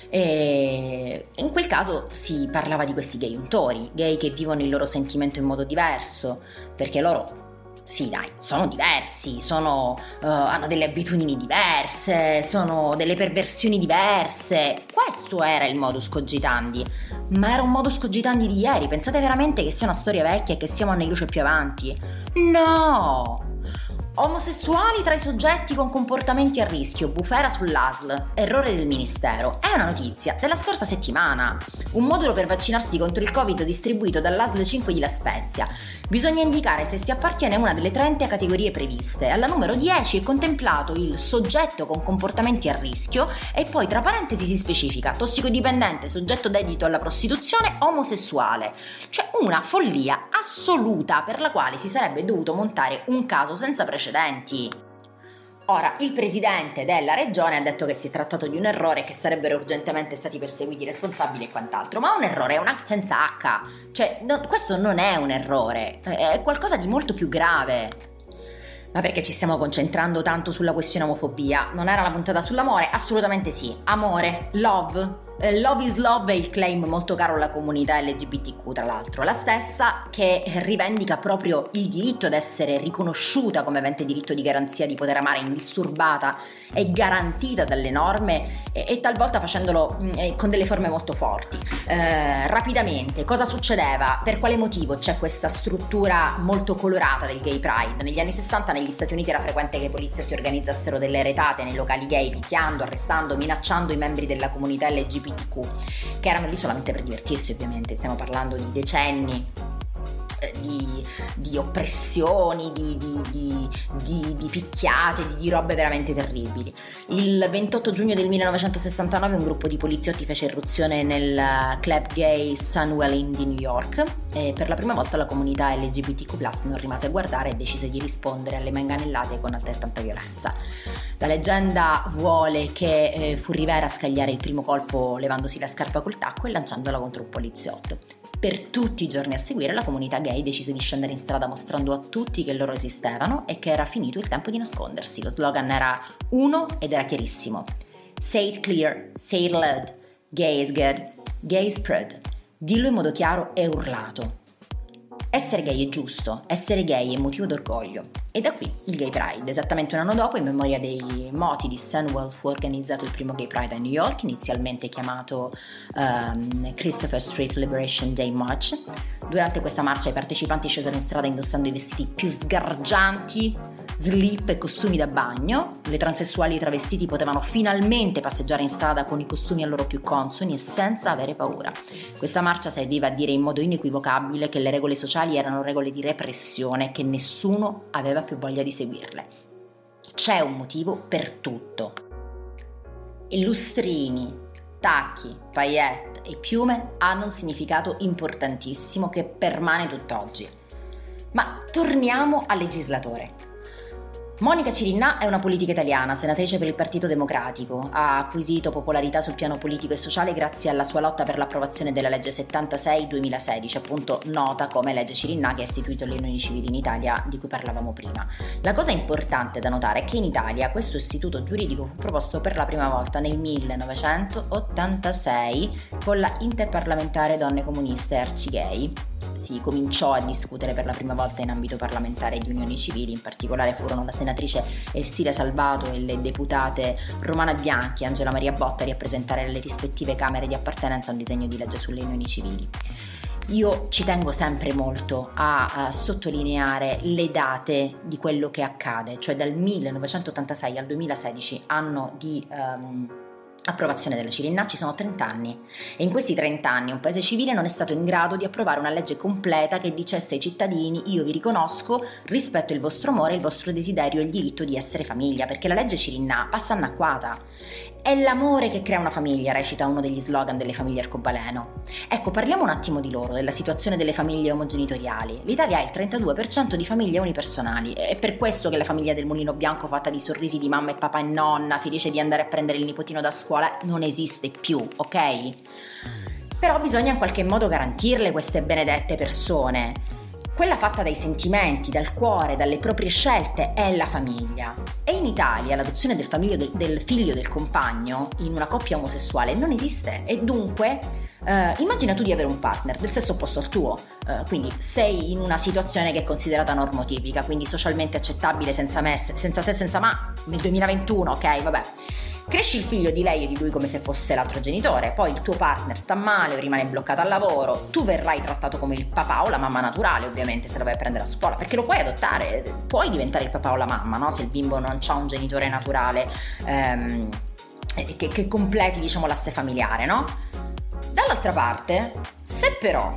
E in quel caso si parlava di questi gay untori, gay che vivono il loro sentimento in modo diverso, perché loro, sì dai, sono diversi, sono, uh, hanno delle abitudini diverse, sono delle perversioni diverse. Questo era il modus cogitandi, ma era un modus cogitandi di ieri. Pensate veramente che sia una storia vecchia e che siamo anni luce più avanti? No! Omosessuali tra i soggetti con comportamenti a rischio, bufera sull'A S L, errore del Ministero. È una notizia della scorsa settimana. Un modulo per vaccinarsi contro il Covid distribuito dall'A S L cinque di La Spezia. Bisogna indicare se si appartiene a una delle trenta categorie previste. Alla numero dieci è contemplato il soggetto con comportamenti a rischio e poi tra parentesi si specifica tossicodipendente, soggetto dedito alla prostituzione, omosessuale. Cioè una follia assoluta per la quale si sarebbe dovuto montare un caso senza precedenti. Ora, il presidente della regione ha detto che si è trattato di un errore e che sarebbero urgentemente stati perseguiti i responsabili e quant'altro, ma un errore è una senza H, cioè no, questo non è un errore, è qualcosa di molto più grave. Ma perché ci stiamo concentrando tanto sulla questione omofobia? Non era la puntata sull'amore? Assolutamente sì, amore, love. Love is love è il claim molto caro alla comunità L G B T Q, tra l'altro, la stessa che rivendica proprio il diritto ad essere riconosciuta come avente diritto di garanzia di poter amare indisturbata e garantita dalle norme e, e talvolta facendolo eh, con delle forme molto forti. Eh, rapidamente, cosa succedeva? Per quale motivo c'è questa struttura molto colorata del Gay Pride? Negli anni sessanta negli Stati Uniti era frequente che i poliziotti organizzassero delle retate nei locali gay, picchiando, arrestando, minacciando i membri della comunità L G B T T Q, che erano lì solamente per divertirsi ovviamente, stiamo parlando di decenni Di, di oppressioni, di, di, di, di, di picchiate, di, di robe veramente terribili. Il ventotto giugno del millenovecentosessantanove un gruppo di poliziotti fece irruzione nel club gay Sunwell Inn di New York e per la prima volta la comunità L G B T Q plus non rimase a guardare e decise di rispondere alle manganellate con altrettanta violenza. La leggenda vuole che eh, fu Rivera a scagliare il primo colpo levandosi la scarpa col tacco e lanciandola contro un poliziotto. Per tutti i giorni a seguire la comunità gay decise di scendere in strada mostrando a tutti che loro esistevano e che era finito il tempo di nascondersi. Lo slogan era uno ed era chiarissimo: Say it clear, say it loud, gay is good, gay is proud. Dillo in modo chiaro e urlato. Essere gay è giusto, essere gay è motivo d'orgoglio. E da qui il Gay Pride. Esattamente un anno dopo, in memoria dei moti di Sunwell, fu organizzato il primo Gay Pride a New York, inizialmente chiamato um, Christopher Street Liberation Day March. Durante questa marcia i partecipanti scesero in strada indossando i vestiti più sgargianti, slip e costumi da bagno. Le transessuali travestiti potevano finalmente passeggiare in strada con i costumi a loro più consoni e senza avere paura. Questa marcia serviva a dire in modo inequivocabile che le regole sociali erano regole di repressione e che nessuno aveva più voglia di seguirle. C'è un motivo per tutto. I lustrini, tacchi, paillette e piume hanno un significato importantissimo che permane tutt'oggi. Ma torniamo al legislatore. Monica Cirinnà è una politica italiana, senatrice per il Partito Democratico. Ha acquisito popolarità sul piano politico e sociale grazie alla sua lotta per l'approvazione della legge settantasei duemilasedici, appunto nota come legge Cirinnà, che ha istituito le unioni civili in Italia di cui parlavamo prima. La cosa importante da notare è che in Italia questo istituto giuridico fu proposto per la prima volta nel millenovecentottantasei con la Interparlamentare Donne Comuniste Arcigay. Si cominciò a discutere per la prima volta in ambito parlamentare di unioni civili, in particolare furono la senatrice Ersilia Salvato e le deputate Romana Bianchi e Angela Maria Botta a rappresentare le rispettive camere di appartenenza a un disegno di legge sulle unioni civili. Io ci tengo sempre molto a, a sottolineare le date di quello che accade, cioè dal millenovecentottantasei al duemilasedici, anno di um, approvazione della Cirinnà, ci sono trenta anni e in questi trenta anni un paese civile non è stato in grado di approvare una legge completa che dicesse ai cittadini: io vi riconosco, rispetto il vostro amore, il vostro desiderio e il diritto di essere famiglia, perché la legge Cirinnà passa annacquata. È l'amore che crea una famiglia, recita uno degli slogan delle famiglie arcobaleno. Ecco, parliamo un attimo di loro, della situazione delle famiglie omogenitoriali. L'Italia ha il trentadue per cento di famiglie unipersonali, è per questo che la famiglia del Mulino Bianco, fatta di sorrisi di mamma e papà e nonna, felice di andare a prendere il nipotino da scuola, non esiste più, ok? Però bisogna in qualche modo garantirle queste benedette persone. Quella fatta dai sentimenti, dal cuore, dalle proprie scelte è la famiglia. E in Italia l'adozione del, del, del figlio del compagno in una coppia omosessuale non esiste e dunque eh, immagina tu di avere un partner del sesso opposto al tuo, eh, quindi sei in una situazione che è considerata normotipica, quindi socialmente accettabile senza me, senza se, senza ma, nel duemilaventuno, ok, vabbè. Cresci il figlio di lei e di lui come se fosse l'altro genitore, poi il tuo partner sta male o rimane bloccato al lavoro, tu verrai trattato come il papà o la mamma naturale, ovviamente, se lo vai a prendere a scuola, perché lo puoi adottare, puoi diventare il papà o la mamma, no? Se il bimbo non ha un genitore naturale ehm, che, che completi, diciamo, l'asse familiare, no? Dall'altra parte, se però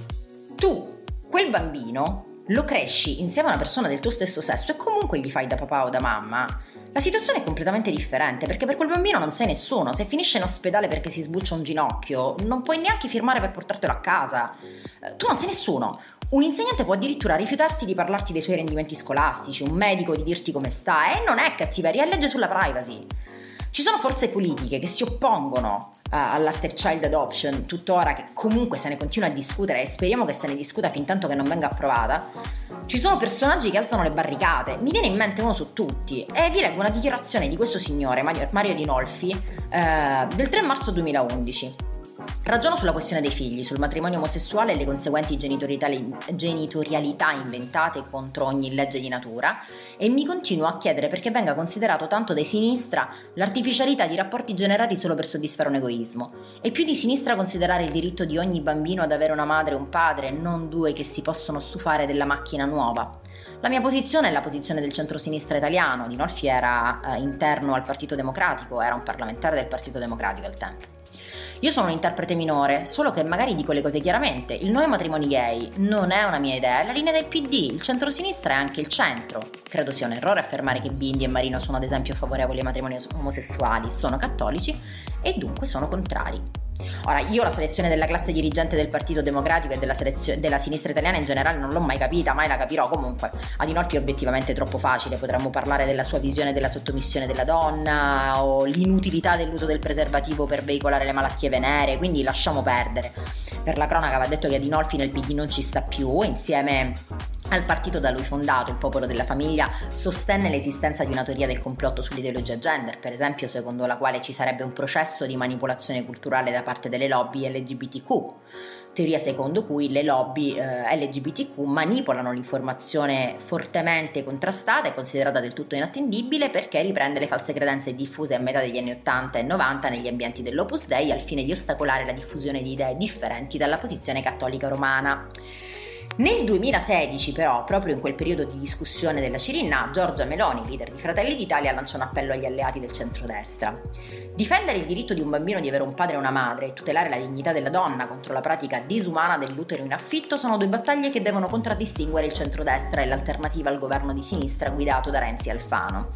tu, quel bambino, lo cresci insieme a una persona del tuo stesso sesso e comunque gli fai da papà o da mamma, la situazione è completamente differente, perché per quel bambino non sei nessuno. Se finisce in ospedale perché si sbuccia un ginocchio, non puoi neanche firmare per portartelo a casa. Tu non sei nessuno. Un insegnante può addirittura rifiutarsi di parlarti dei suoi rendimenti scolastici, un medico di dirti come sta, e non è cattiveria, è legge sulla privacy. Ci sono forze politiche che si oppongono uh, alla stepchild adoption tuttora, che comunque se ne continua a discutere e speriamo che se ne discuta fin tanto che non venga approvata. Ci sono personaggi che alzano le barricate, mi viene in mente uno su tutti, e vi leggo una dichiarazione di questo signore, Mario, Mario Rinolfi, uh, del tre marzo duemilaundici. Ragiono sulla questione dei figli, sul matrimonio omosessuale e le conseguenti genitorialità inventate contro ogni legge di natura, e mi continuo a chiedere perché venga considerato tanto da sinistra l'artificialità di rapporti generati solo per soddisfare un egoismo, e più di sinistra considerare il diritto di ogni bambino ad avere una madre e un padre, non due che si possono stufare della macchina nuova. La mia posizione è la posizione del centrosinistra italiano. Rinolfi era eh, interno al Partito Democratico, era un parlamentare del Partito Democratico al tempo. Io sono un interprete minore, solo che magari dico le cose chiaramente. Il no ai matrimoni gay non è una mia idea, è la linea del P D, il centrosinistra è anche il centro. Credo sia un errore affermare che Bindi e Marino sono ad esempio favorevoli ai matrimoni omosessuali, sono cattolici e dunque sono contrari. Ora, io la selezione della classe dirigente del Partito Democratico e della, selezio- della sinistra italiana in generale non l'ho mai capita, mai la capirò. Comunque, Adinolfi è obiettivamente troppo facile, potremmo parlare della sua visione della sottomissione della donna o l'inutilità dell'uso del preservativo per veicolare le malattie venere, quindi lasciamo perdere. Per la cronaca va detto che Adinolfi nel P D non ci sta più, insieme al partito da lui fondato, il Popolo della Famiglia, sostenne l'esistenza di una teoria del complotto sull'ideologia gender, per esempio secondo la quale ci sarebbe un processo di manipolazione culturale da parte delle lobby L G B T Q, teoria secondo cui le lobby eh, L G B T Q manipolano l'informazione fortemente contrastata e considerata del tutto inattendibile perché riprende le false credenze diffuse a metà degli anni ottanta e novanta negli ambienti dell'Opus Dei al fine di ostacolare la diffusione di idee differenti dalla posizione cattolica romana. Nel duemilasedici però, proprio in quel periodo di discussione della Cirinna, Giorgia Meloni, leader di Fratelli d'Italia, lancia un appello agli alleati del centrodestra. Difendere il diritto di un bambino di avere un padre e una madre e tutelare la dignità della donna contro la pratica disumana dell'utero in affitto sono due battaglie che devono contraddistinguere il centrodestra e l'alternativa al governo di sinistra guidato da Renzi e Alfano.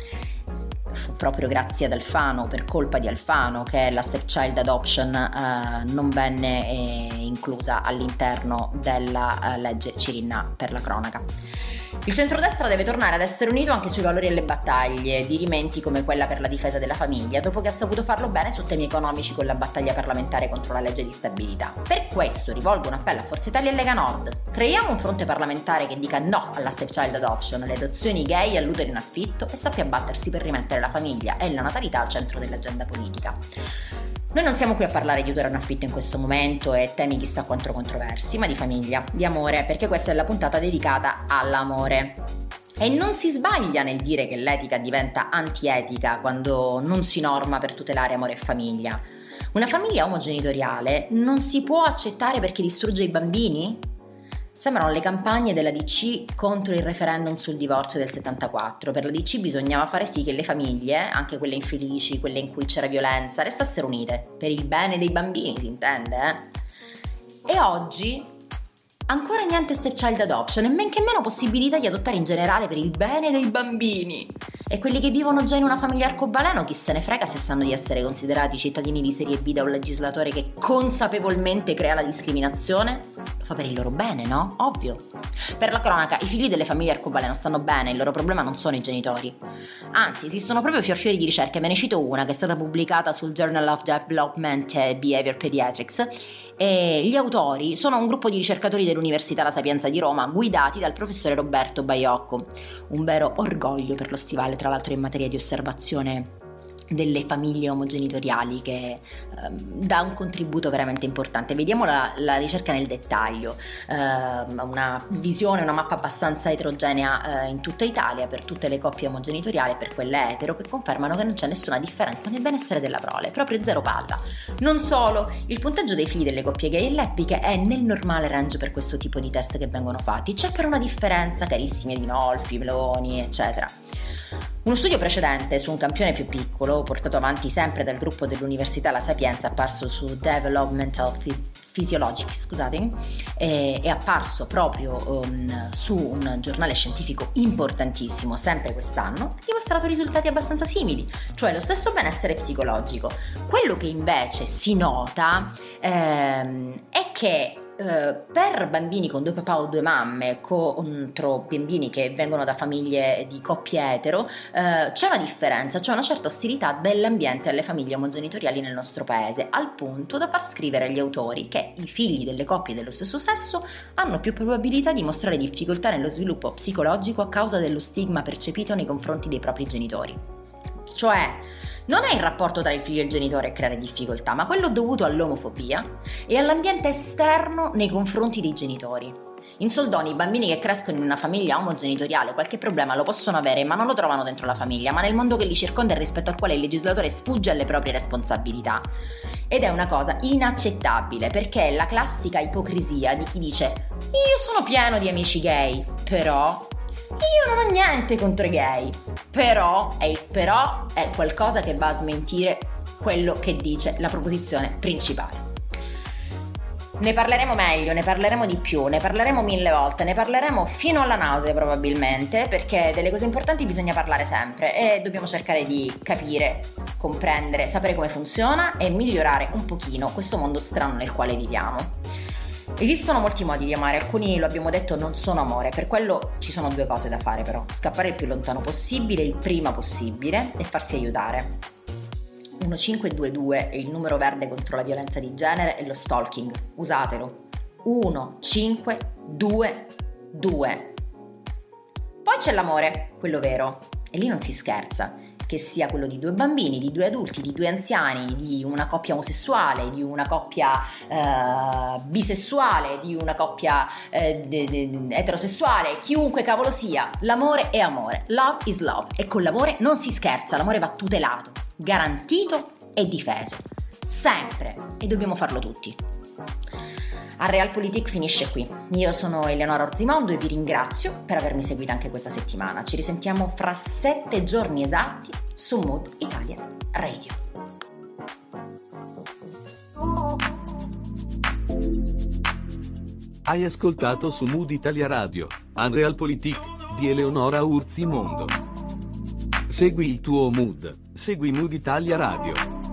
Fu proprio grazie ad Alfano, per colpa di Alfano, che la stepchild adoption eh, non venne eh, inclusa all'interno della eh, legge Cirinna, per la cronaca. Il centrodestra deve tornare ad essere unito anche sui valori e le battaglie dirimenti come quella per la difesa della famiglia, dopo che ha saputo farlo bene su temi economici con la battaglia parlamentare contro la legge di stabilità. Per questo rivolgo un appello a Forza Italia e Lega Nord. Creiamo un fronte parlamentare che dica no alla stepchild adoption, alle adozioni gay e all'utero in affitto e sappia battersi per rimettere la famiglia e la natalità al centro dell'agenda politica. Noi non siamo qui a parlare di utero in affitto in questo momento e temi chissà quanto controversi, ma di famiglia, di amore, perché questa è la puntata dedicata all'amore. E non si sbaglia nel dire che l'etica diventa antietica quando non si norma per tutelare amore e famiglia. Una famiglia omogenitoriale non si può accettare perché distrugge i bambini? Sembrano le campagne della D C contro il referendum sul divorzio del settantaquattro. Per la D C bisognava fare sì che le famiglie, anche quelle infelici, quelle in cui c'era violenza, restassero unite. Per il bene dei bambini, si intende, eh? E oggi ancora niente stepchild adoption e men che meno possibilità di adottare in generale per il bene dei bambini. E quelli che vivono già in una famiglia arcobaleno, chi se ne frega se sanno di essere considerati cittadini di serie B da un legislatore che consapevolmente crea la discriminazione? Lo fa per il loro bene, no? Ovvio. Per la cronaca, i figli delle famiglie arcobaleno stanno bene, il loro problema non sono i genitori. Anzi, esistono proprio fior fiori di ricerche, ve ne cito una che è stata pubblicata sul Journal of Development and Behavior Pediatrics. E gli autori sono un gruppo di ricercatori dell'Università La Sapienza di Roma guidati dal professore Roberto Baiocco, un vero orgoglio per lo Stivale, tra l'altro in materia di osservazione delle famiglie omogenitoriali, che ehm, dà un contributo veramente importante. Vediamo la, la ricerca nel dettaglio, ehm, una visione, una mappa abbastanza eterogenea eh, in tutta Italia per tutte le coppie omogenitoriali e per quelle etero, che confermano che non c'è nessuna differenza nel benessere della prole, proprio zero palla. Non solo, il punteggio dei figli delle coppie gay e lesbiche è nel normale range per questo tipo di test che vengono fatti, c'è però una differenza, carissimi Adinolfi, Meloni, eccetera. Uno studio precedente su un campione più piccolo, portato avanti sempre dal gruppo dell'Università La Sapienza, apparso su Developmental Physiology, scusate, è, è apparso proprio um, su un giornale scientifico importantissimo, sempre quest'anno, ha dimostrato risultati abbastanza simili, cioè lo stesso benessere psicologico. Quello che invece si nota ehm, è che Uh, per bambini con due papà o due mamme contro bambini che vengono da famiglie di coppie etero uh, c'è una differenza, c'è una certa ostilità dell'ambiente alle famiglie omogenitoriali nel nostro paese, al punto da far scrivere agli autori che i figli delle coppie dello stesso sesso hanno più probabilità di mostrare difficoltà nello sviluppo psicologico a causa dello stigma percepito nei confronti dei propri genitori. Cioè, non è il rapporto tra il figlio e il genitore a creare difficoltà, ma quello dovuto all'omofobia e all'ambiente esterno nei confronti dei genitori. In soldoni, i bambini che crescono in una famiglia omogenitoriale qualche problema lo possono avere, ma non lo trovano dentro la famiglia, ma nel mondo che li circonda e rispetto al quale il legislatore sfugge alle proprie responsabilità. Ed è una cosa inaccettabile, perché è la classica ipocrisia di chi dice «Io sono pieno di amici gay, però...» Io non ho niente contro i gay, però, e il però è qualcosa che va a smentire quello che dice la proposizione principale. Ne parleremo meglio, ne parleremo di più, ne parleremo mille volte, ne parleremo fino alla nausea probabilmente, perché delle cose importanti bisogna parlare sempre e dobbiamo cercare di capire, comprendere, sapere come funziona e migliorare un pochino questo mondo strano nel quale viviamo. Esistono molti modi di amare, alcuni, lo abbiamo detto, non sono amore, per quello ci sono due cose da fare però: scappare il più lontano possibile, il prima possibile, e farsi aiutare. uno cinque due due è il numero verde contro la violenza di genere e lo stalking, usatelo. uno cinque due due. Poi c'è l'amore, quello vero, e lì non si scherza, che sia quello di due bambini, di due adulti, di due anziani, di una coppia omosessuale, di una coppia eh, bisessuale, di una coppia eh, de, de, de, eterosessuale, chiunque cavolo sia, l'amore è amore, love is love, e con l'amore non si scherza, l'amore va tutelato, garantito e difeso, sempre, e dobbiamo farlo tutti. A Realpolitik finisce qui. Io sono Eleonora Orzimondo e vi ringrazio per avermi seguita anche questa settimana. Ci risentiamo fra sette giorni esatti su Mood Italia Radio. Hai ascoltato su Mood Italia Radio, Realpolitik di Eleonora Urzimondo. Segui il tuo mood, segui Mood Italia Radio.